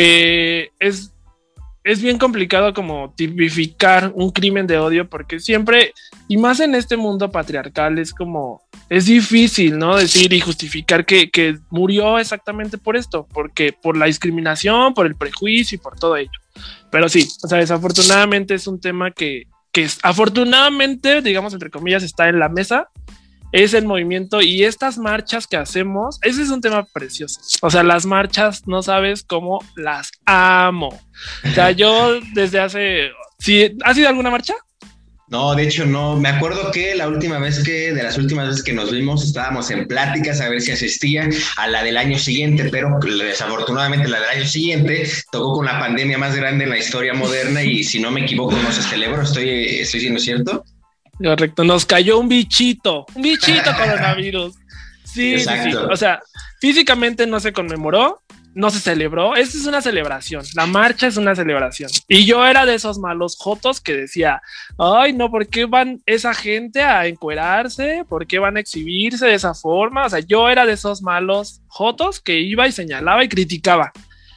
Speaker 2: que es, es bien complicado como tipificar un crimen de odio, porque siempre, y más en este mundo patriarcal, es como, es difícil, ¿no? Decir y justificar que, que murió exactamente por esto, porque por la discriminación, por el prejuicio y por todo ello. Pero sí, o sea, desafortunadamente es un tema que, que es, afortunadamente, digamos, entre comillas, está en la mesa. Es el movimiento y estas marchas que hacemos, ese es un tema precioso. O sea, las marchas, no sabes cómo las amo. O sea, yo desde hace... ¿Sí? ¿Has ido a alguna marcha?
Speaker 1: No, de hecho no. Me acuerdo que la última vez que, de las últimas veces que nos vimos, estábamos en pláticas a ver si asistía a la del año siguiente, pero desafortunadamente la del año siguiente tocó con la pandemia más grande en la historia moderna y si no me equivoco no se celebró. ¿Estoy, estoy diciendo cierto?
Speaker 2: Correcto, nos cayó un bichito, un bichito coronavirus. Sí, sí, sí, o sea, físicamente no se conmemoró, no se celebró, esta es una celebración, la marcha es una celebración. Y yo era de esos malos jotos que decía, ay no, ¿por qué van esa gente a encuerarse? ¿Por qué van a exhibirse de esa forma? O sea, yo era de esos malos jotos que iba y señalaba y criticaba.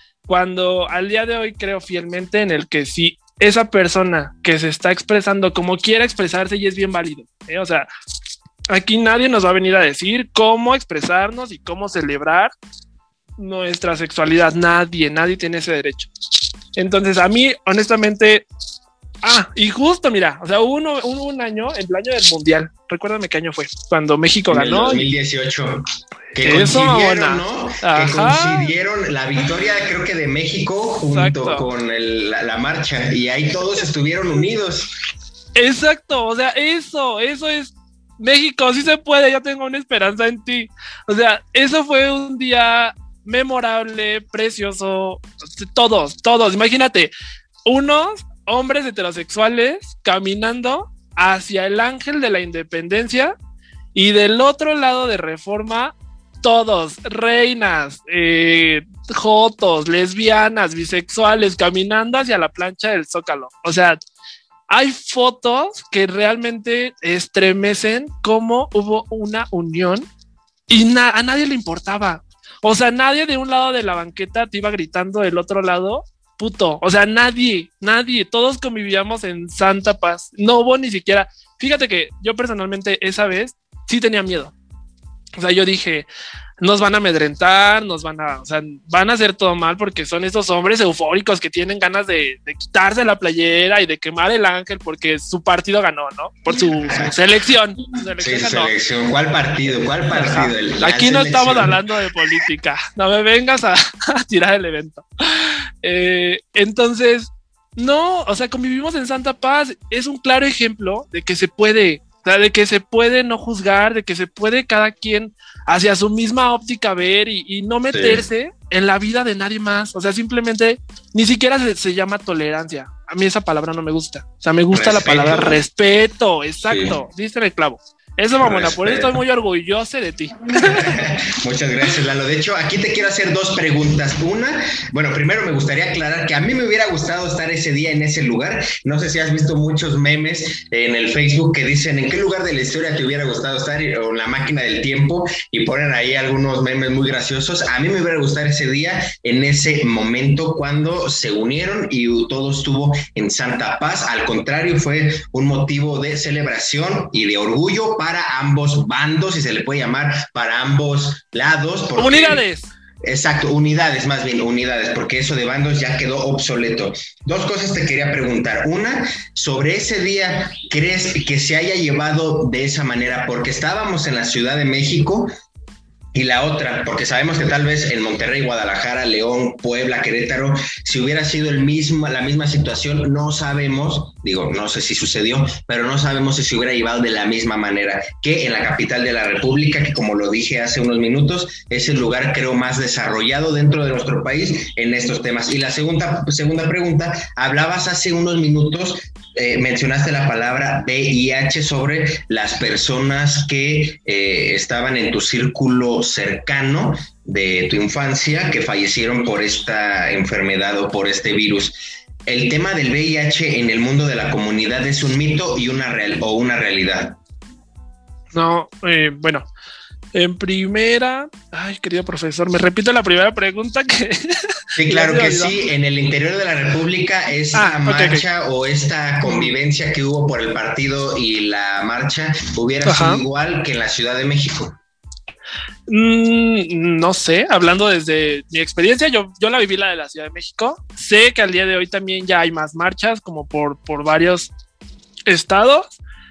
Speaker 2: Cuando al día de hoy creo fielmente en el que sí, esa persona que se está expresando como quiera expresarse y es bien válido, ¿eh? O sea, aquí nadie nos va a venir a decir cómo expresarnos y cómo celebrar nuestra sexualidad. Nadie, nadie tiene ese derecho. Entonces, a mí, honestamente, ah, y justo, mira, o sea, hubo, uno, hubo un año, el año del Mundial, recuérdame qué año fue, cuando México
Speaker 1: en
Speaker 2: ganó.
Speaker 1: En dos mil dieciocho. Que
Speaker 2: Eso,
Speaker 1: coincidieron, ¿no? Ajá. Que coincidieron la victoria, creo que de México junto Exacto. con el, la, la marcha, y ahí todos estuvieron unidos.
Speaker 2: Exacto, o sea, eso, eso es México, sí se puede, yo tengo una esperanza en ti. O sea, eso fue un día memorable, precioso, todos, todos, imagínate, unos hombres heterosexuales caminando hacia el Ángel de la Independencia y del otro lado de Reforma todos, reinas, eh, jotos, lesbianas, bisexuales, caminando hacia la plancha del Zócalo. O sea, hay fotos que realmente estremecen cómo hubo una unión y na- a nadie le importaba. O sea, nadie de un lado de la banqueta te iba gritando del otro lado, puto. O sea, nadie, nadie, todos convivíamos en santa paz. No hubo ni siquiera, fíjate que yo personalmente esa vez sí tenía miedo. O sea, yo dije, nos van a amedrentar, nos van a, o sea, van a hacer todo mal porque son estos hombres eufóricos que tienen ganas de, de quitarse la playera y de quemar el ángel porque su partido ganó, ¿no? Por su, su selección. Su
Speaker 1: selección, sí, ganó. Selección. ¿Cuál partido? ¿Cuál partido? El,
Speaker 2: Aquí no selección. Estamos hablando de política. No me vengas a, a tirar el evento. Eh, entonces, no, o sea, convivimos en santa paz. Es un claro ejemplo de que se puede. O sea, de que se puede no juzgar, de que se puede cada quien hacia su misma óptica ver y, y no meterse sí. en la vida de nadie más. O sea, simplemente ni siquiera se, se llama tolerancia. A mí esa palabra no me gusta. O sea, me gusta respeto. La palabra respeto. Exacto. Sí. Diste en el clavo. Eso, mamona, por eso estoy muy orgulloso de ti.
Speaker 1: Muchas gracias, Lalo. De hecho, aquí te quiero hacer dos preguntas. Una, bueno, primero me gustaría aclarar que a mí me hubiera gustado estar ese día en ese lugar. No sé si has visto muchos memes en el Facebook que dicen en qué lugar de la historia te hubiera gustado estar o en la máquina del tiempo y ponen ahí algunos memes muy graciosos. A mí me hubiera gustado ese día, en ese momento cuando se unieron y todo estuvo en santa paz. Al contrario, fue un motivo de celebración y de orgullo para ambos bandos, si se le puede llamar, para ambos lados.
Speaker 2: Porque, unidades.
Speaker 1: Exacto, unidades, más bien unidades, porque eso de bandos ya quedó obsoleto. Dos cosas te quería preguntar. Una, sobre ese día, ¿crees que se haya llevado de esa manera? Porque estábamos en la Ciudad de México Y la otra, porque sabemos que tal vez en Monterrey, Guadalajara, León, Puebla, Querétaro, si hubiera sido el mismo, la misma situación, no sabemos, digo, no sé si sucedió, pero no sabemos si se hubiera llevado de la misma manera que en la capital de la República, que como lo dije hace unos minutos, es el lugar creo más desarrollado dentro de nuestro país en estos temas. Y la segunda, segunda pregunta, hablabas hace unos minutos, eh, mencionaste la palabra V I H sobre las personas que eh, estaban en tu círculo cercano de tu infancia que fallecieron por esta enfermedad o por este virus. ¿El tema del V I H en el mundo de la comunidad es un mito y una real, o una realidad?
Speaker 2: No, eh, bueno, en primera, ay, querido profesor, me repito la primera pregunta que...
Speaker 1: Sí, claro que sí, en el interior de la República esta ah, marcha okay, okay. o esta convivencia que hubo por el partido y la marcha hubiera Ajá. sido igual que en la Ciudad de México.
Speaker 2: Mm, no sé, hablando desde mi experiencia, yo, yo la viví la de la Ciudad de México. Sé que al día de hoy también ya hay más marchas, como por, por varios estados.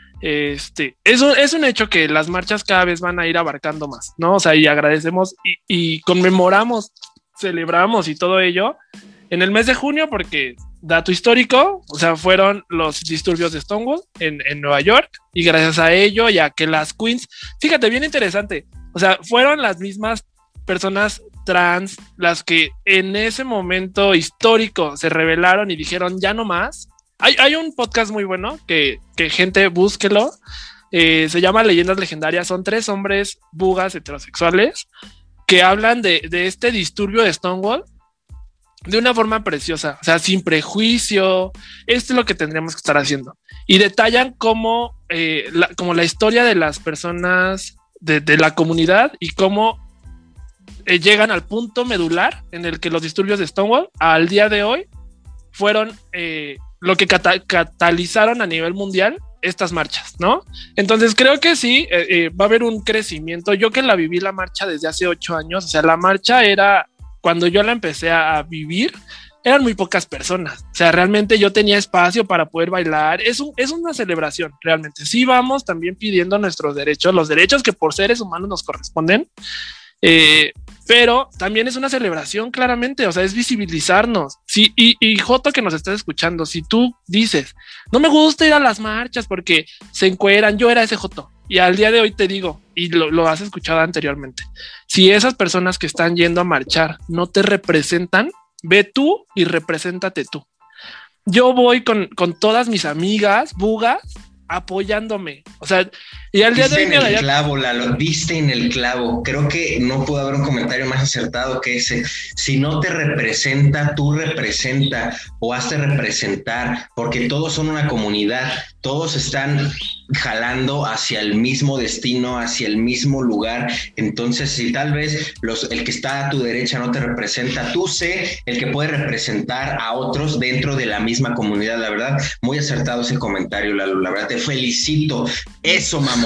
Speaker 2: Este, es un, es un hecho que las marchas cada vez van a ir abarcando más, ¿no? O sea, y agradecemos y, y conmemoramos, celebramos y todo ello en el mes de junio, porque dato histórico, o sea, fueron los disturbios de Stonewall en, en Nueva York, y gracias a ello, ya que las queens, fíjate, bien interesante, o sea, fueron las mismas personas trans las que en ese momento histórico se rebelaron y dijeron ya no más. Hay, hay un podcast muy bueno que, que gente búsquelo, eh, se llama Leyendas Legendarias, son tres hombres bugas heterosexuales que hablan de, de este disturbio de Stonewall de una forma preciosa, o sea, sin prejuicio. Esto es lo que tendríamos que estar haciendo. Y detallan cómo, eh, la, como la historia de las personas de, de la comunidad y cómo eh, llegan al punto medular en el que los disturbios de Stonewall al día de hoy fueron eh, lo que cata- catalizaron a nivel mundial estas marchas, ¿no? Entonces creo que sí, eh, eh, va a haber un crecimiento. Yo que la viví la marcha desde hace ocho años, o sea, la marcha era, cuando yo la empecé a vivir, eran muy pocas personas, o sea, realmente yo tenía espacio para poder bailar. Es, un, es una celebración, realmente. Sí vamos también pidiendo nuestros derechos, los derechos que por seres humanos nos corresponden, eh, pero también es una celebración, claramente, o sea, es visibilizarnos. Sí, y, y Joto, que nos estás escuchando, si tú dices, no me gusta ir a las marchas porque se encueran, yo era ese Joto, y al día de hoy te digo, y lo, lo has escuchado anteriormente, si esas personas que están yendo a marchar no te representan, ve tú y represéntate tú. Yo voy con, con todas mis amigas bugas apoyándome, o sea, y al día de hoy
Speaker 1: en el allá... clavo, Lalo, viste en el clavo. Creo que no pudo haber un comentario más acertado que ese. Si no te representa, tú representa o hazte representar, porque todos son una comunidad, todos están jalando hacia el mismo destino, hacia el mismo lugar. Entonces, si tal vez los, el que está a tu derecha no te representa, tú sé el que puede representar a otros dentro de la misma comunidad. La verdad, muy acertado ese comentario, Lalo. La verdad, te felicito. Eso, mamona.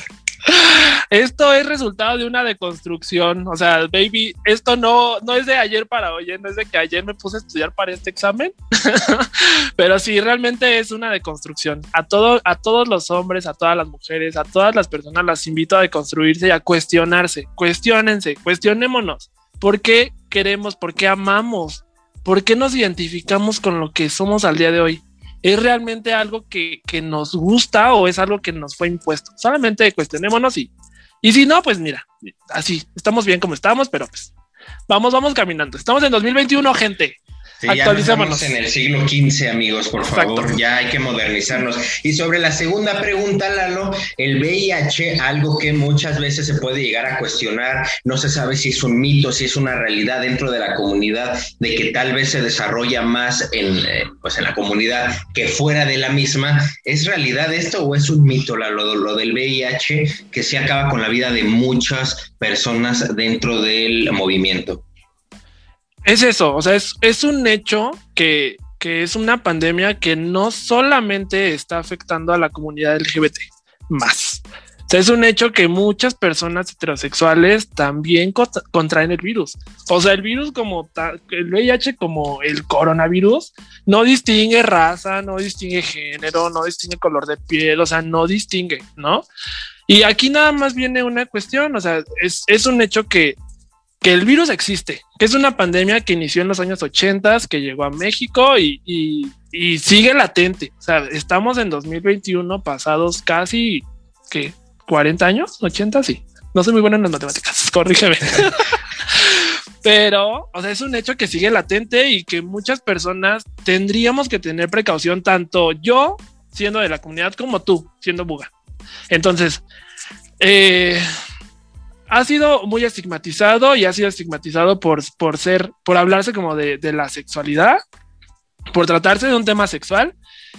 Speaker 2: Esto es resultado de una deconstrucción, o sea, baby, esto no, no es de ayer para hoy, no es de que ayer me puse a estudiar para este examen, pero sí, realmente es una deconstrucción. A, todo, a todos los hombres, a todas las mujeres, a todas las personas las invito a deconstruirse y a cuestionarse, cuestionense, cuestionémonos. ¿Por qué queremos, por qué amamos, por qué nos identificamos con lo que somos al día de hoy? ¿Es realmente algo que, que nos gusta o es algo que nos fue impuesto? Solamente cuestionémonos y, y si no, pues mira, así, estamos bien como estamos, pero pues vamos, vamos caminando. Estamos en dos mil veintiuno, gente.
Speaker 1: Sí, actualicémonos. Ya estamos en el siglo quince, amigos, por Exacto. favor, ya hay que modernizarnos. Y sobre la segunda pregunta, Lalo, el V I H, algo que muchas veces se puede llegar a cuestionar, no se sabe si es un mito, si es una realidad dentro de la comunidad, de que tal vez se desarrolla más en, eh, pues en la comunidad que fuera de la misma. ¿Es realidad esto o es un mito, Lalo, lo, lo del V I H, que se acaba con la vida de muchas personas dentro del movimiento?
Speaker 2: Es eso, o sea, es, es un hecho que, que es una pandemia que no solamente está afectando a la comunidad L G B T más. O sea, es un hecho que muchas personas heterosexuales también contra- contraen el virus. O sea, el virus como ta- el V I H como el coronavirus no distingue raza, no distingue género, no distingue color de piel, o sea, no distingue, ¿no? Y aquí nada más viene una cuestión, o sea, es, es un hecho que, que el virus existe, que es una pandemia que inició en los años ochenta, que llegó a México y, y, y sigue latente. O sea, estamos en dos mil veintiuno, pasados casi, ¿qué? ¿cuarenta años? ¿ochenta? Sí. No soy muy bueno en las matemáticas, corrígeme. Pero, o sea, es un hecho que sigue latente y que muchas personas tendríamos que tener precaución, tanto yo siendo de la comunidad como tú siendo buga. Entonces, eh, ha sido muy estigmatizado y ha sido estigmatizado por, por ser, por hablarse como de, de la sexualidad, por tratarse de un tema sexual.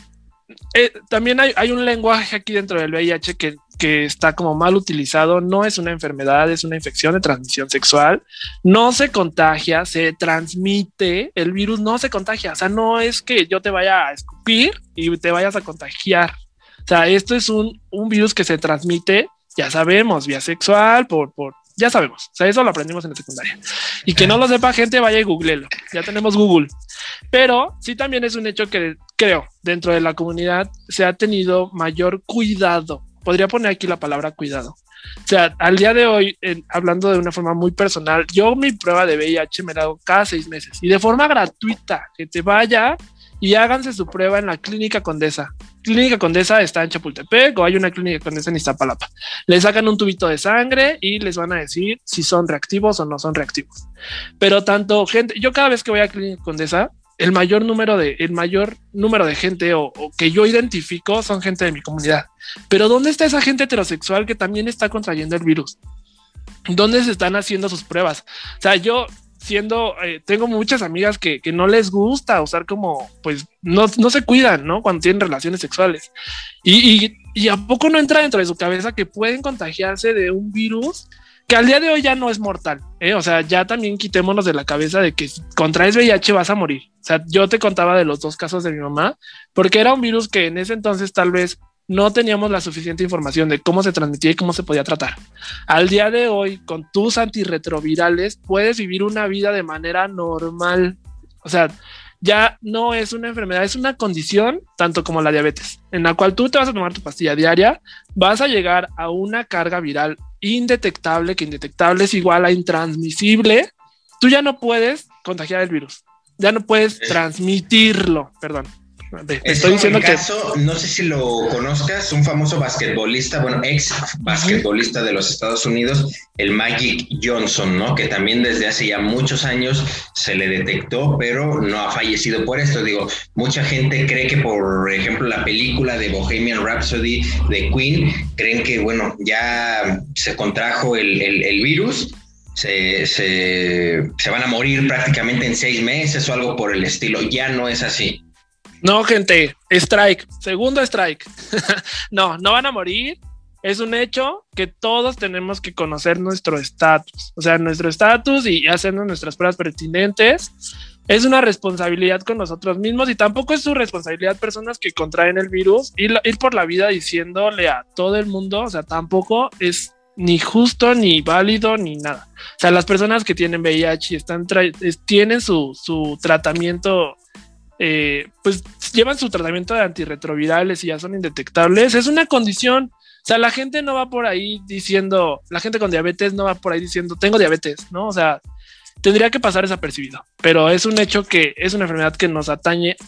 Speaker 2: Eh, también hay, hay un lenguaje aquí dentro del V I H que, que está como mal utilizado. No es una enfermedad, es una infección de transmisión sexual. No se contagia, se transmite. El virus no se contagia. O sea, no es que yo te vaya a escupir y te vayas a contagiar. O sea, esto es un, un virus que se transmite, ya sabemos, vía sexual, por, por, ya sabemos. O sea, eso lo aprendimos en la secundaria. Y que no lo sepa gente, vaya y googlelo. Ya tenemos Google. Pero sí también es un hecho que creo, dentro de la comunidad se ha tenido mayor cuidado. Podría poner aquí la palabra cuidado. O sea, al día de hoy, eh, hablando de una forma muy personal, yo mi prueba de V I H me la hago cada seis meses y de forma gratuita, que te vaya y háganse su prueba en la Clínica Condesa. Clínica Condesa está en Chapultepec o hay una Clínica Condesa en Iztapalapa. Les sacan un tubito de sangre y les van a decir si son reactivos o no son reactivos. Pero tanto gente, yo cada vez que voy a Clínica Condesa, el mayor número de, el mayor número de gente o, o que yo identifico son gente de mi comunidad. Pero ¿dónde está esa gente heterosexual que también está contrayendo el virus? ¿Dónde se están haciendo sus pruebas? O sea, yo siendo, eh, tengo muchas amigas que, que no les gusta usar como, pues, no, no se cuidan, ¿no? Cuando tienen relaciones sexuales. Y, y, y ¿a poco no entra dentro de su cabeza que pueden contagiarse de un virus que al día de hoy ya no es mortal, ¿eh? O sea, ya también quitémonos de la cabeza de que si contraes V I H vas a morir. O sea, yo te contaba de los dos casos de mi mamá, porque era un virus que en ese entonces tal vez no teníamos la suficiente información de cómo se transmitía y cómo se podía tratar. Al día de hoy, con tus antirretrovirales, puedes vivir una vida de manera normal. O sea, ya no es una enfermedad, es una condición, tanto como la diabetes, en la cual tú te vas a tomar tu pastilla diaria, vas a llegar a una carga viral indetectable, que indetectable es igual a intransmisible. Tú ya no puedes contagiar el virus, ya no puedes transmitirlo, perdón. Te estoy diciendo que
Speaker 1: caso, no sé si lo conozcas, un famoso basquetbolista, bueno, ex basquetbolista de los Estados Unidos, el Magic Johnson, ¿no? Que también desde hace ya muchos años se le detectó, pero no ha fallecido por esto. Digo, mucha gente cree que, por ejemplo, la película de Bohemian Rhapsody de Queen, creen que, bueno, ya se contrajo el, el, el virus. Se, se, se van a morir prácticamente en seis meses o algo por el estilo. Ya no es así.
Speaker 2: No, gente, strike, segundo strike. No, no van a morir. Es un hecho que todos tenemos que conocer nuestro estatus, o sea, nuestro estatus y hacernos nuestras pruebas pertinentes. Es una responsabilidad con nosotros mismos y tampoco es su responsabilidad personas que contraen el virus ir, ir por la vida diciéndole a todo el mundo, o sea, tampoco es ni justo, ni válido, ni nada. O sea, las personas que tienen V I H y están tra- tienen su, su tratamiento. Eh, pues llevan su tratamiento de antirretrovirales y ya son indetectables. Es una condición. O sea, la gente no va por ahí diciendo, la gente con diabetes no va por ahí diciendo tengo diabetes, ¿no? O sea, tendría que pasar desapercibido, pero es un hecho que es una enfermedad que nos atañe,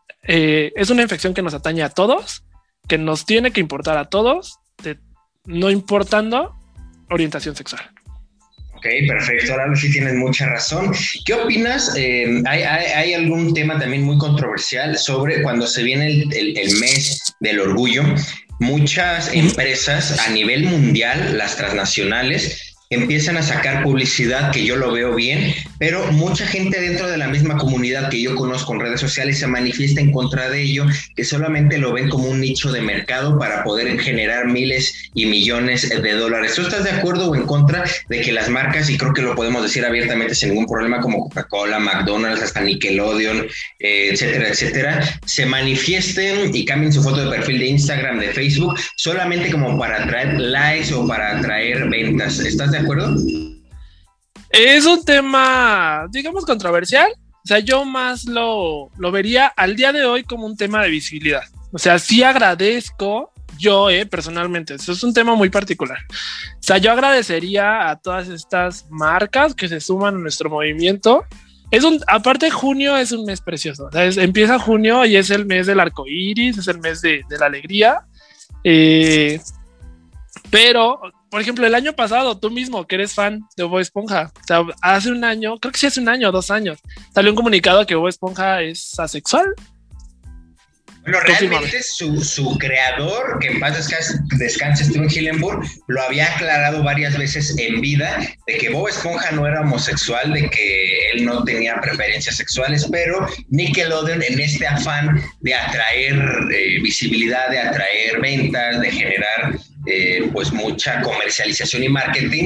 Speaker 2: eh, es una infección que nos atañe a todos, que nos tiene que importar a todos, de, no importando orientación sexual.
Speaker 1: Ok, perfecto, Lalo, sí tienes mucha razón. ¿Qué opinas? Eh, hay, hay, hay algún tema también muy controversial sobre cuando se viene el, el, el mes del orgullo. Muchas empresas a nivel mundial, las transnacionales, empiezan a sacar publicidad, que yo lo veo bien, pero mucha gente dentro de la misma comunidad que yo conozco en redes sociales se manifiesta en contra de ello, que solamente lo ven como un nicho de mercado para poder generar miles y millones de dólares. ¿Tú estás de acuerdo o en contra de que las marcas, y creo que lo podemos decir abiertamente sin ningún problema, como Coca-Cola, McDonald's, hasta Nickelodeon, eh, etcétera, etcétera, se manifiesten y cambien su foto de perfil de Instagram, de Facebook, solamente como para atraer likes o para atraer ventas? ¿Estás de acuerdo?
Speaker 2: Es un tema, digamos, controversial. O sea, yo más lo, lo vería al día de hoy como un tema de visibilidad. O sea, sí agradezco yo, eh, personalmente, eso es un tema muy particular. O sea, yo agradecería a todas estas marcas que se suman a nuestro movimiento. Es un, aparte, junio es un mes precioso. O sea, es, empieza junio y es el mes del arco iris, es el mes de, de la alegría. Eh, pero, por ejemplo, el año pasado, tú mismo, que eres fan de Bob Esponja, o sea, hace un año, creo que sí hace un año, dos años, salió un comunicado que Bob Esponja es asexual.
Speaker 1: Bueno, realmente su, su creador, que en paz descanse, descanse Steven Hillenburg, lo había aclarado varias veces en vida, de que Bob Esponja no era homosexual, de que él no tenía preferencias sexuales, pero Nickelodeon, en este afán de atraer eh, visibilidad, de atraer ventas, de generar eh, pues mucha comercialización y marketing,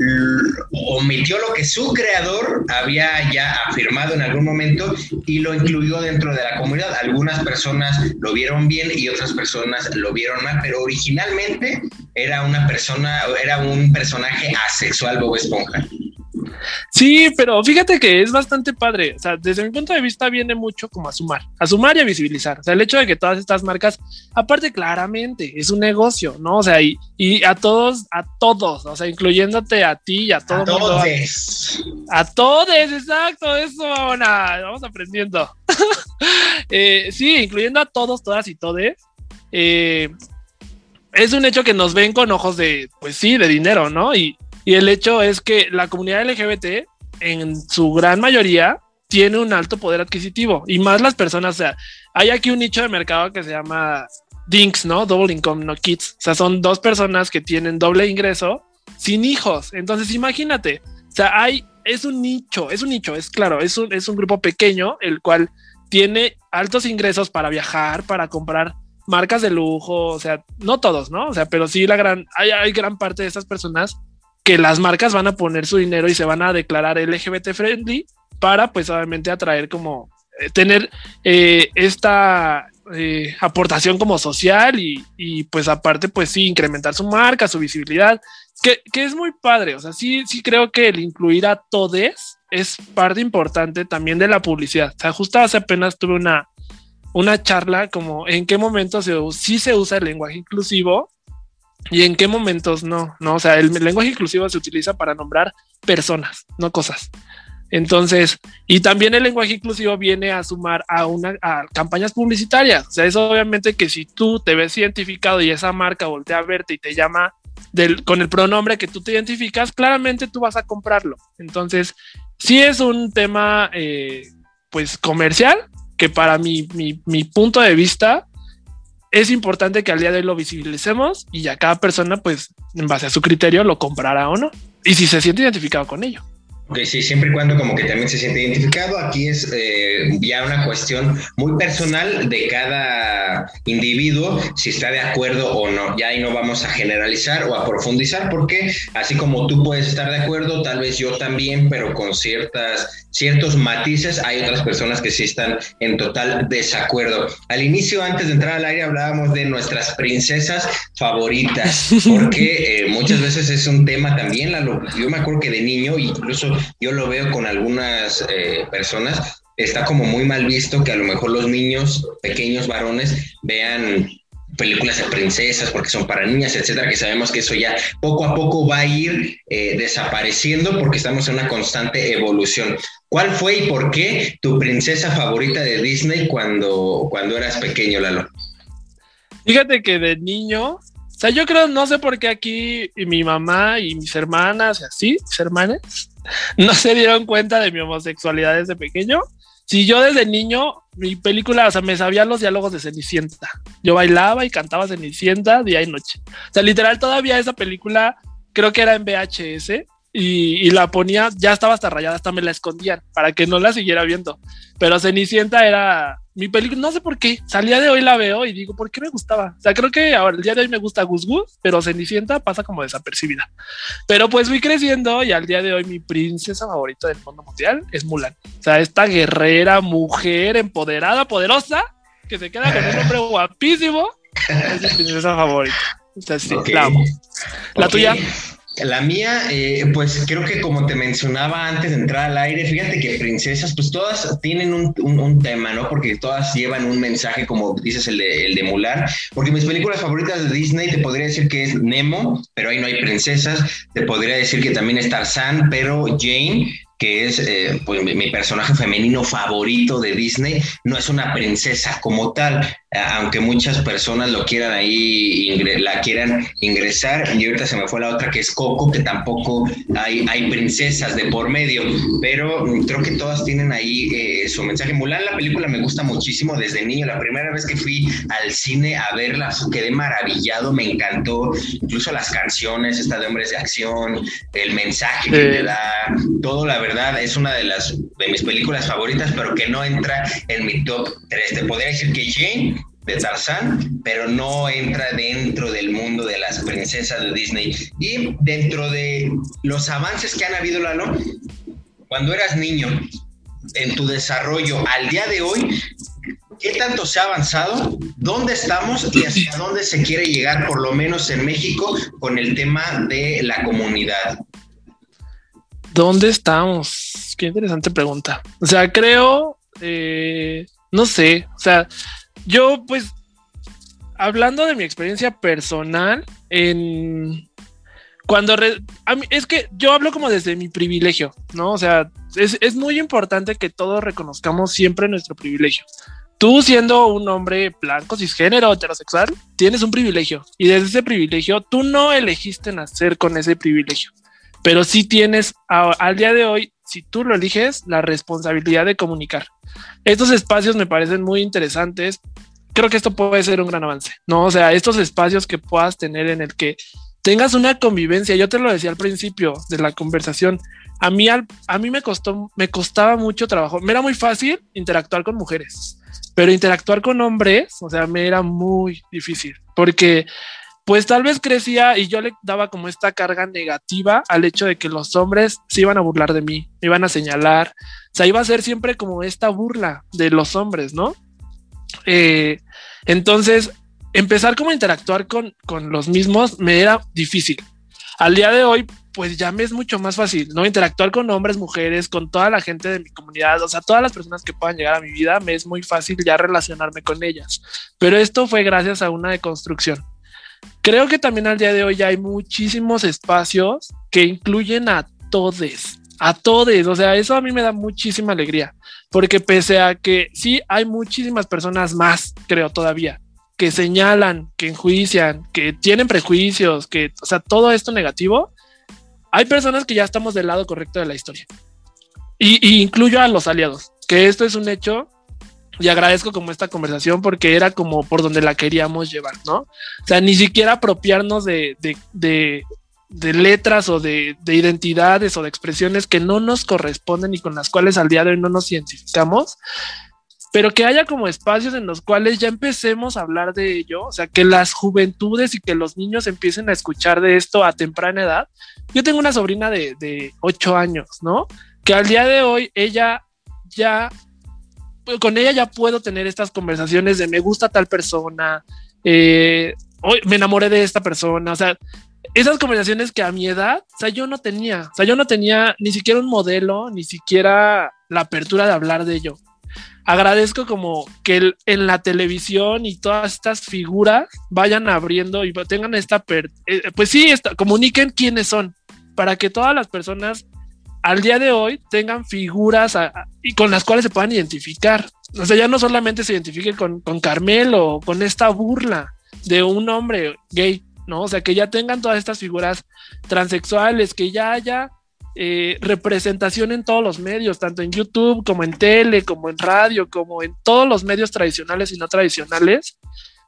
Speaker 1: omitió lo que su creador había ya afirmado en algún momento y lo incluyó dentro de la comunidad. Algunas personas lo vieron bien y otras personas lo vieron mal, pero originalmente era una persona, era un personaje asexual, Bob Esponja.
Speaker 2: Sí, pero fíjate que es bastante padre. O sea, desde mi punto de vista viene mucho como a sumar, a sumar y a visibilizar. O sea, el hecho de que todas estas marcas, aparte claramente, es un negocio, ¿no? O sea, y, y a todos, a todos, o sea, incluyéndote a ti y a todo
Speaker 1: el mundo. A,
Speaker 2: a todos, exacto, eso, ahora vamos aprendiendo. eh, sí, incluyendo a todos, todas y todes. Eh, es un hecho que nos ven con ojos de, pues sí, de dinero, ¿no? Y Y el hecho es que la comunidad L G B T, en su gran mayoría, tiene un alto poder adquisitivo. Y más las personas, o sea, hay aquí un nicho de mercado que se llama D I N Cs, ¿no? Double Income, no Kids. O sea, son dos personas que tienen doble ingreso sin hijos. Entonces, imagínate, o sea, hay, es un nicho, es un nicho, es claro, es un, es un grupo pequeño, el cual tiene altos ingresos para viajar, para comprar marcas de lujo, o sea, no todos, ¿no? O sea, pero sí la gran, hay, hay gran parte de estas personas que las marcas van a poner su dinero y se van a declarar L G B T friendly para, pues, obviamente atraer como, eh, tener eh, esta eh, aportación como social y, y, pues, aparte, pues, sí, incrementar su marca, su visibilidad, que, que es muy padre. O sea, sí, sí creo que el incluir a todes es parte importante también de la publicidad. O sea, justo hace apenas tuve una, una charla como en qué momento se, sí se usa el lenguaje inclusivo y en qué momentos no, no, o sea, el lenguaje inclusivo se utiliza para nombrar personas, no cosas. Entonces, y también el lenguaje inclusivo viene a sumar a una a campañas publicitarias. O sea, eso obviamente que si tú te ves identificado y esa marca voltea a verte y te llama del, con el pronombre que tú te identificas, claramente tú vas a comprarlo. Entonces, sí es un tema eh, pues comercial, que para mi, mi, mi punto de vista es importante que al día de hoy lo visibilicemos y ya cada persona, pues, en base a su criterio, lo comprará o no. Y si se siente identificado con ello.
Speaker 1: Ok, sí, siempre y cuando como que también se siente identificado. Aquí es eh, ya una cuestión muy personal de cada individuo, si está de acuerdo o no. Ya ahí no vamos a generalizar o a profundizar, porque así como tú puedes estar de acuerdo, tal vez yo también, pero con ciertas, ciertos matices, hay otras personas que sí están en total desacuerdo. Al inicio, antes de entrar al aire, hablábamos de nuestras princesas favoritas, porque eh, muchas veces es un tema también, Lalo. Yo me acuerdo que de niño, incluso yo lo veo con algunas eh, personas, está como muy mal visto que a lo mejor los niños, pequeños varones, vean películas de princesas porque son para niñas, etcétera, que sabemos que eso ya poco a poco va a ir eh, desapareciendo porque estamos en una constante evolución. ¿Cuál fue y por qué tu princesa favorita de Disney cuando, cuando eras pequeño, Lalo?
Speaker 2: Fíjate que de niño, o sea, yo creo, no sé por qué aquí mi mamá y mis hermanas, y así, mis hermanas, no se dieron cuenta de mi homosexualidad desde pequeño. Si yo desde niño, mi película, o sea, me sabía los diálogos de Cenicienta. Yo bailaba y cantaba Cenicienta día y noche. O sea, literal, todavía esa película, creo que era en V H S, y, y la ponía, ya estaba hasta rayada, hasta me la escondían para que no la siguiera viendo. Pero Cenicienta era mi película, no sé por qué, salía de hoy la veo y digo, ¿por qué me gustaba? O sea, creo que ahora el día de hoy me gusta Gus Gus, pero Cenicienta pasa como desapercibida. Pero pues fui creciendo y al día de hoy mi princesa favorita del mundo mundial es Mulan. O sea, esta guerrera, mujer, empoderada, poderosa, que se queda con un hombre guapísimo, es mi princesa favorita. O sea, sí, okay. La amo. ¿La okay. tuya?
Speaker 1: La mía, eh, pues creo que como te mencionaba antes de entrar al aire, fíjate que princesas, pues todas tienen un, un, un tema, ¿no? Porque todas llevan un mensaje, como dices, el de, el de Mulan. Porque mis películas favoritas de Disney, te podría decir que es Nemo, pero ahí no hay princesas. Te podría decir que también es Tarzán, pero Jane, que es eh, pues, mi, mi personaje femenino favorito de Disney, no es una princesa como tal, aunque muchas personas lo quieran ahí, ingre, la quieran ingresar, y ahorita se me fue la otra que es Coco, que tampoco hay, hay princesas de por medio, pero creo que todas tienen ahí eh, su mensaje. Mulan, la película me gusta muchísimo desde niño, la primera vez que fui al cine a verla, quedé maravillado, me encantó, incluso las canciones, esta de Hombres de Acción, el mensaje que te da, todo, la verdad, es una de las de mis películas favoritas, pero que no entra en mi top tres. Te podría decir que Jane de Tarzán, pero no entra dentro del mundo de las princesas de Disney. Y dentro de los avances que han habido, Lalo, cuando eras niño, en tu desarrollo al día de hoy, ¿qué tanto se ha avanzado? ¿Dónde estamos y hacia dónde se quiere llegar, por lo menos en México, con el tema de la comunidad?
Speaker 2: ¿Dónde estamos? Qué interesante pregunta. O sea, creo, eh, no sé, o sea, yo pues, hablando de mi experiencia personal, en cuando re, a mí, es que yo hablo como desde mi privilegio, ¿no? O sea, es, es muy importante que todos reconozcamos siempre nuestro privilegio. Tú, siendo un hombre blanco, cisgénero, heterosexual, tienes un privilegio, y desde ese privilegio tú no elegiste nacer con ese privilegio, pero sí tienes a, al día de hoy, si tú lo eliges, la responsabilidad de comunicar. Estos espacios me parecen muy interesantes. Creo que esto puede ser un gran avance, ¿no? O sea, estos espacios que puedas tener en el que tengas una convivencia. Yo te lo decía al principio de la conversación. A mí, al, a mí me costó, me costaba mucho trabajo. Me era muy fácil interactuar con mujeres, pero interactuar con hombres, o sea, me era muy difícil, porque pues tal vez crecía y yo le daba como esta carga negativa al hecho de que los hombres se iban a burlar de mí, me iban a señalar, o sea, iba a ser siempre como esta burla de los hombres, ¿no? Eh, entonces, empezar como a interactuar con, con los mismos me era difícil. Al día de hoy, pues ya me es mucho más fácil, ¿no? Interactuar con hombres, mujeres, con toda la gente de mi comunidad, o sea, todas las personas que puedan llegar a mi vida, me es muy fácil ya relacionarme con ellas. Pero esto fue gracias a una deconstrucción. Creo que también al día de hoy ya hay muchísimos espacios que incluyen a todes, a todes, o sea, eso a mí me da muchísima alegría, porque pese a que sí hay muchísimas personas más, creo todavía, que señalan, que enjuician, que tienen prejuicios, que, o sea, todo esto negativo, hay personas que ya estamos del lado correcto de la historia. Y, y incluyo a los aliados, que esto es un hecho. Y agradezco como esta conversación porque era como por donde la queríamos llevar, ¿no? O sea, ni siquiera apropiarnos de, de, de, de letras o de, de identidades o de expresiones que no nos corresponden y con las cuales al día de hoy no nos identificamos, pero que haya como espacios en los cuales ya empecemos a hablar de ello, o sea, que las juventudes y que los niños empiecen a escuchar de esto a temprana edad. Yo tengo una sobrina de, de ocho años, ¿no? Que al día de hoy ella ya... con ella ya puedo tener estas conversaciones de me gusta tal persona, eh, hoy me enamoré de esta persona, o sea, esas conversaciones que a mi edad, o sea, yo no tenía, o sea, yo no tenía ni siquiera un modelo, ni siquiera la apertura de hablar de ello. Agradezco como que el, en la televisión y todas estas figuras vayan abriendo y tengan esta, per, eh, pues sí, esta, comuniquen quiénes son, para que todas las personas al día de hoy tengan figuras a, a, y con las cuales se puedan identificar. O sea, ya no solamente se identifiquen con, con Carmelo o con esta burla de un hombre gay, ¿no? O sea, que ya tengan todas estas figuras transexuales, que ya haya eh, representación en todos los medios, tanto en YouTube como en tele, como en radio, como en todos los medios tradicionales y no tradicionales.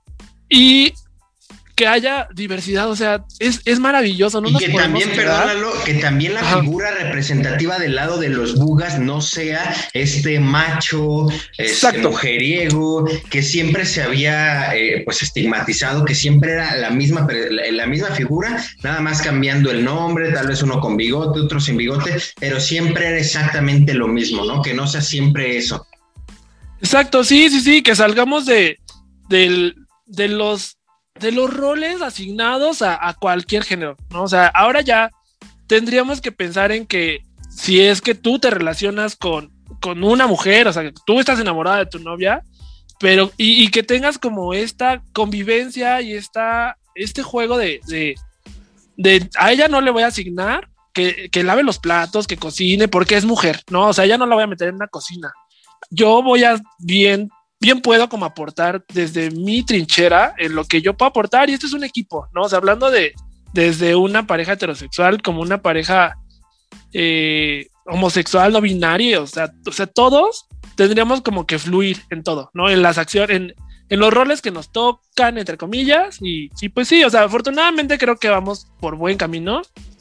Speaker 2: Y que haya diversidad, o sea, es, es maravilloso. No
Speaker 1: y
Speaker 2: nos
Speaker 1: que también,
Speaker 2: quedar...
Speaker 1: perdónalo, que también la Ajá. figura representativa del lado de los bugas no sea este macho, este mujeriego, que siempre se había eh, pues estigmatizado, que siempre era la misma, la, la misma figura, nada más cambiando el nombre, tal vez uno con bigote, otro sin bigote, pero siempre era exactamente lo mismo, ¿no? Que no sea siempre eso.
Speaker 2: Exacto, sí, sí, sí, que salgamos de, de, de los de los roles asignados a, a cualquier género, ¿no? O sea, ahora ya tendríamos que pensar en que si es que tú te relacionas con, con una mujer, o sea, que tú estás enamorada de tu novia, pero y, y que tengas como esta convivencia y esta, este juego de, de, de a ella no le voy a asignar que, que lave los platos, que cocine, porque es mujer, ¿no? O sea, ella no la voy a meter en una cocina. Yo voy a bien, bien puedo como aportar desde mi trinchera en lo que yo puedo aportar, y esto es un equipo, ¿no? O sea, hablando de desde una pareja heterosexual como una pareja eh, homosexual, no binaria, o sea, o sea, todos tendríamos como que fluir en todo, ¿no? En las acciones, en, en los roles que nos tocan, entre comillas, y, y pues sí, o sea, afortunadamente creo que vamos por buen camino.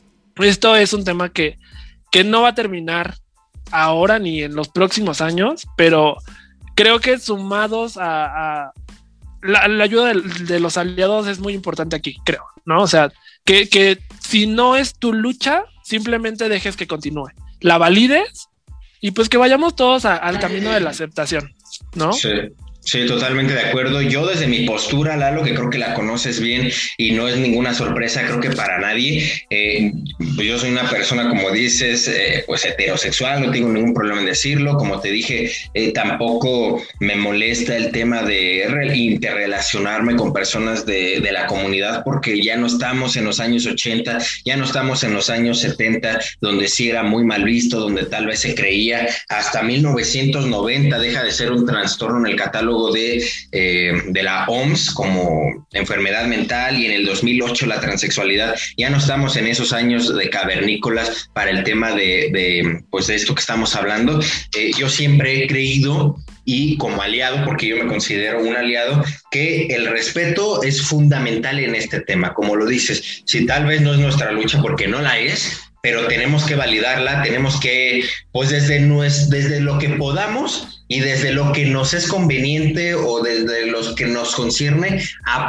Speaker 2: Esto es un tema que, que no va a terminar ahora ni en los próximos años, pero creo que sumados a, a la, la ayuda de, de los aliados es muy importante aquí, creo, ¿no? O sea, que, que si no es tu lucha, simplemente dejes que continúe, la valides y pues que vayamos todos a, al camino de la aceptación, ¿no?
Speaker 1: Sí. Sí, totalmente de acuerdo. Yo desde mi postura, Lalo, que creo que la conoces bien y no es ninguna sorpresa, creo que para nadie, eh, yo soy una persona, como dices, eh, pues heterosexual, no tengo ningún problema en decirlo. Como te dije, eh, tampoco me molesta el tema de re- interrelacionarme con personas de, de la comunidad, porque ya no estamos en los años ochenta, ya no estamos en los años setenta, donde sí era muy mal visto, donde tal vez se creía. Hasta mil novecientos noventa deja de ser un trastorno en el catálogo de, eh, de la O M S como enfermedad mental, y en el dos mil ocho la transexualidad. Ya no estamos en esos años de cavernícolas para el tema de, de pues de esto que estamos hablando. Eh, yo siempre he creído, y como aliado, porque yo me considero un aliado, que el respeto es fundamental en este tema. Como lo dices, si tal vez no es nuestra lucha, porque no la es, pero tenemos que validarla, tenemos que, pues desde, nues, desde lo que podamos y desde lo que nos es conveniente o desde los que nos concierne,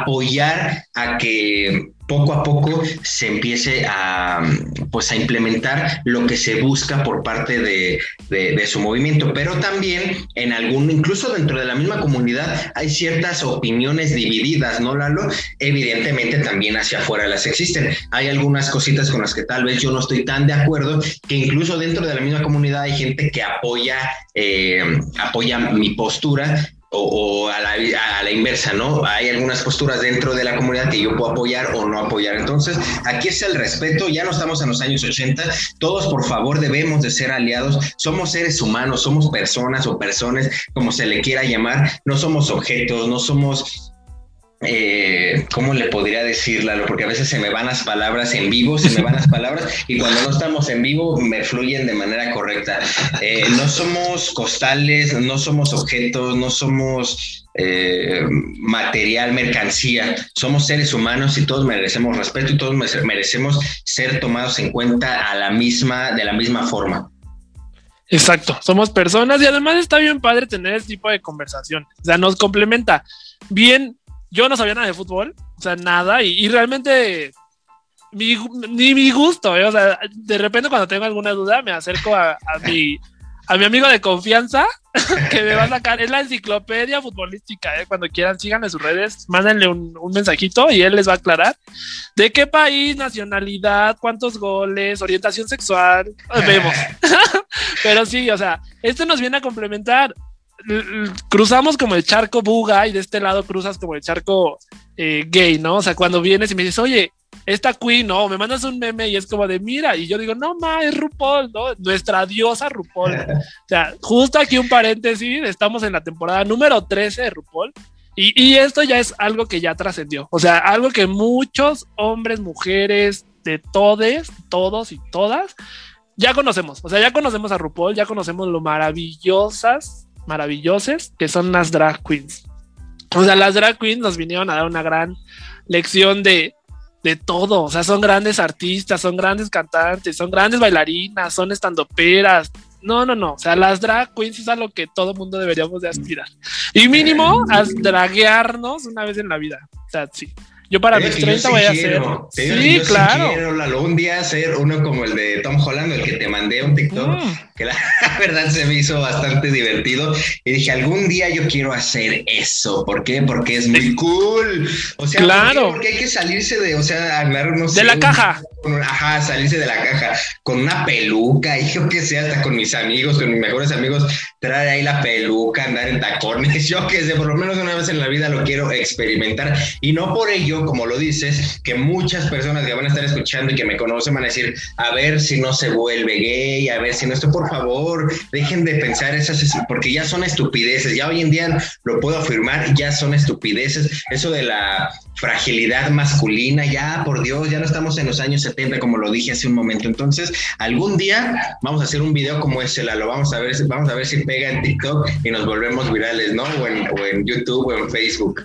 Speaker 1: apoyar a que poco a poco se empiece a, pues a implementar lo que se busca por parte de, de, de su movimiento. Pero también en algún, incluso dentro de la misma comunidad, hay ciertas opiniones divididas, ¿no, Lalo? Evidentemente también hacia afuera las existen. Hay algunas cositas con las que tal vez yo no estoy tan de acuerdo, que incluso dentro de la misma comunidad hay gente que apoya, eh, apoya mi postura, o, o a, la, a la inversa, ¿no? Hay algunas posturas dentro de la comunidad que yo puedo apoyar o no apoyar. Entonces, aquí es el respeto. Ya no estamos en los años ochenta. Todos, por favor, debemos de ser aliados. Somos seres humanos, somos personas o personas, como se le quiera llamar. No somos objetos, no somos... Eh, ¿cómo le podría decir, Lalo? Porque a veces se me van las palabras en vivo, se me van las palabras, y cuando no estamos en vivo me fluyen de manera correcta. Eh, no somos costales, no somos objetos, no somos eh, material, mercancía. Somos seres humanos y todos merecemos respeto, y todos merecemos ser tomados en cuenta a la misma, de la misma forma.
Speaker 2: Exacto, somos personas, y además está bien padre tener este tipo de conversaciones. O sea, nos complementa bien. Yo no sabía nada de fútbol, o sea, nada, y, y realmente mi, ni mi gusto, ¿eh? O sea, de repente cuando tengo alguna duda me acerco a, a, mi, a mi amigo de confianza que me va a sacar, es la enciclopedia futbolística, ¿eh? Cuando quieran síganle sus redes, mándenle un, un mensajito y él les va a aclarar de qué país, nacionalidad, cuántos goles, orientación sexual, vemos. Pero sí, o sea, esto nos viene a complementar. Cruzamos como el charco buga y de este lado cruzas como el charco eh, gay, ¿no? O sea, cuando vienes y me dices, oye, esta queen, ¿no? Me mandas un meme y es como de, mira, y yo digo, no, ma, es RuPaul, ¿no? Nuestra diosa RuPaul. O sea, justo aquí un paréntesis, estamos en la temporada número trece de RuPaul, y, y esto ya es algo que ya trascendió, o sea, algo que muchos hombres, mujeres, de todes, todos y todas, ya conocemos, o sea, ya conocemos a RuPaul, ya conocemos lo maravillosas maravillosas que son las drag queens. O sea, las drag queens nos vinieron a dar una gran lección de, de todo. O sea, son grandes artistas, son grandes cantantes, son grandes bailarinas, son estandoperas. No, no, no. O sea, las drag queens es a lo que todo mundo deberíamos de aspirar. Y mínimo a draguearnos una vez en la vida. O sea, sí. Yo para mis treinta sí voy a quiero, hacer.
Speaker 1: Pero
Speaker 2: sí,
Speaker 1: yo
Speaker 2: claro.
Speaker 1: Sí quiero, Lalo, un día hacer uno como el de Tom Holland, el que te mandé un TikTok, mm. que la verdad se me hizo bastante divertido. Y dije, algún día yo quiero hacer eso. ¿Por qué? Porque es muy cool. O sea,
Speaker 2: claro.
Speaker 1: ¿por qué? Porque hay que salirse de, o sea, andar, no sé.
Speaker 2: De la caja.
Speaker 1: Con, ajá, salirse de la caja, con una peluca, y yo que sé, hasta con mis amigos, con mis mejores amigos, traer ahí la peluca, andar en tacones, yo que sé, por lo menos una vez en la vida lo quiero experimentar, y no por ello, como lo dices, que muchas personas que van a estar escuchando y que me conocen van a decir, a ver si no se vuelve gay, a ver si no esto, por favor, dejen de pensar esas, porque ya son estupideces, ya hoy en día lo puedo afirmar, ya son estupideces, eso de la fragilidad masculina, ya por Dios, ya no estamos en los años setenta como lo dije hace un momento. Entonces algún día vamos a hacer un video como ese, Lalo, vamos a ver, vamos a ver si pega en TikTok y nos volvemos virales, ¿no? O en, o en YouTube o en Facebook.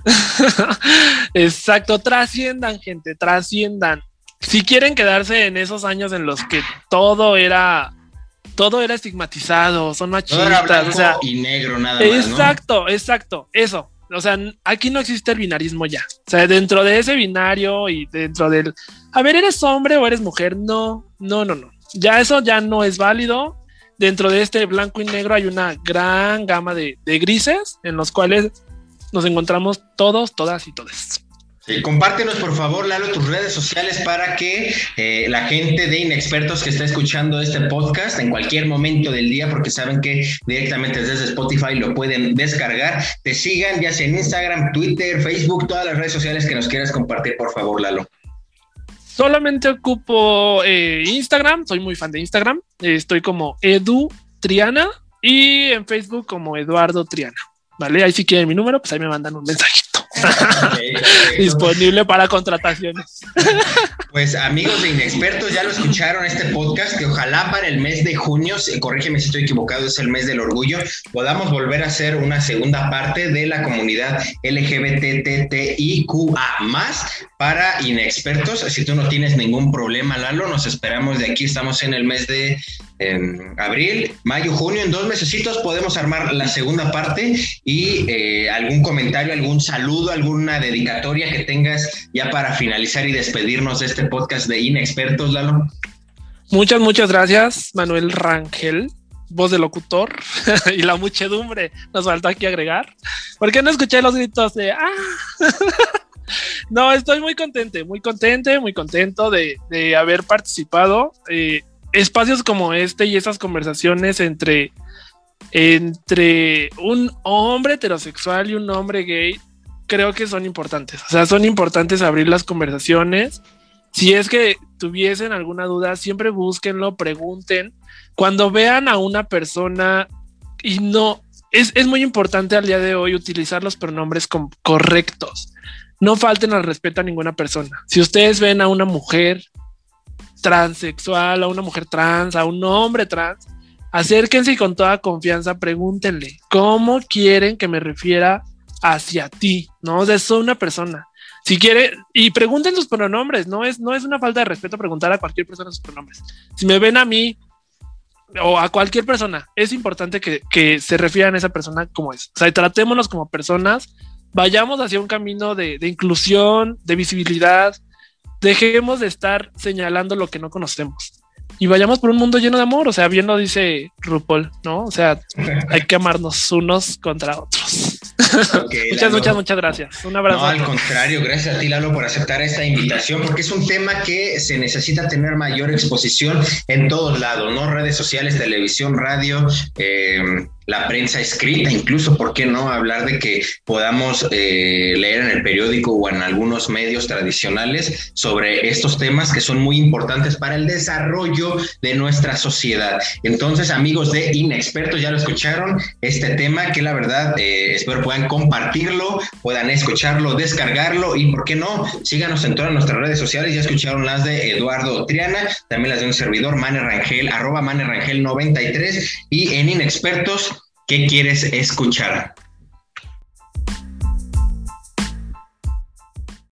Speaker 2: Exacto, trasciendan, gente, trasciendan. Si quieren quedarse en esos años en los que todo era todo era estigmatizado, son machistas,
Speaker 1: todo era blanco,
Speaker 2: o sea,
Speaker 1: y negro nada
Speaker 2: más,
Speaker 1: ¿no?
Speaker 2: Exacto, exacto, eso. O sea, aquí no existe el binarismo ya. O sea, dentro de ese binario y dentro del, a ver, ¿eres hombre o eres mujer? No, no, no, no. Ya eso ya no es válido. Dentro de este blanco y negro hay una gran gama de, de grises en los cuales nos encontramos todos, todas y todes.
Speaker 1: Sí, compártenos por favor, Lalo, tus redes sociales para que eh, la gente de Inexpertos que está escuchando este podcast en cualquier momento del día, porque saben que directamente desde Spotify lo pueden descargar, te sigan ya sea en Instagram, Twitter, Facebook, todas las redes sociales que nos quieras compartir, por favor, Lalo.
Speaker 2: Solamente ocupo eh, Instagram, soy muy fan de Instagram, eh, estoy como Edu Triana y en Facebook como Eduardo Triana, ¿vale? Ahí si quieren mi número, pues ahí me mandan un mensajito. Okay, disponible para contrataciones.
Speaker 1: Pues amigos de Inexpertos, ya lo escucharon este podcast, que ojalá para el mes de junio, corrígeme si estoy equivocado, es el mes del orgullo, podamos volver a hacer una segunda parte de la comunidad L G B T T I Q A más para Inexpertos. Si tú no tienes ningún problema, Lalo, nos esperamos de aquí, estamos en el mes de en abril, mayo, junio, en dos mesecitos podemos armar la segunda parte y eh, algún comentario, algún saludo, alguna dedicatoria que tengas ya para finalizar y despedirnos de este podcast de Inexpertos, Lalo.
Speaker 2: Muchas, muchas gracias, Manuel Rangel, voz de locutor y la muchedumbre, nos falta aquí agregar. ¿Por qué no escuché los gritos de ¡ah! No, estoy muy contente, muy contente, muy contento de, de haber participado. Eh, espacios como este y esas conversaciones entre, entre un hombre heterosexual y un hombre gay, creo que son importantes. O sea, son importantes abrir las conversaciones. Si es que tuviesen alguna duda, siempre búsquenlo, pregunten. Cuando vean a una persona y no, es, es muy importante al día de hoy utilizar los pronombres com- correctos. No falten al respeto a ninguna persona. Si ustedes ven a una mujer transexual, a una mujer trans, a un hombre trans, acérquense y con toda confianza pregúntenle cómo quieren que me refiera hacia ti, ¿no? O sea, soy una persona. Si quiere, y pregunten sus pronombres, no es, no es una falta de respeto preguntar a cualquier persona sus pronombres. Si me ven a mí o a cualquier persona, es importante que, que se refieran a esa persona como es. O sea, tratémonos como personas, vayamos hacia un camino de, de inclusión, de visibilidad. Dejemos de estar señalando lo que no conocemos y vayamos por un mundo lleno de amor. O sea, bien lo dice RuPaul, ¿no? O sea, hay que amarnos unos contra otros. Okay, muchas, Lalo. muchas, muchas gracias. Un abrazo.
Speaker 1: No, al contrario, gracias a ti, Lalo, por aceptar esta invitación, porque es un tema que se necesita tener mayor exposición en todos lados, ¿no? Redes sociales, televisión, radio, eh, la prensa escrita, incluso, ¿por qué no? Hablar de que podamos eh, leer en el periódico o en algunos medios tradicionales sobre estos temas que son muy importantes para el desarrollo de nuestra sociedad. Entonces, amigos de Inexpertos, ya lo escucharon, este tema que la verdad eh, espero puedan compartirlo, puedan escucharlo, descargarlo y, ¿por qué no? Síganos en todas nuestras redes sociales. Ya escucharon las de Eduardo Triana, también las de un servidor, Mane Rangel, arroba Mane Rangel noventa y tres, y en Inexpertos, ¿qué quieres escuchar?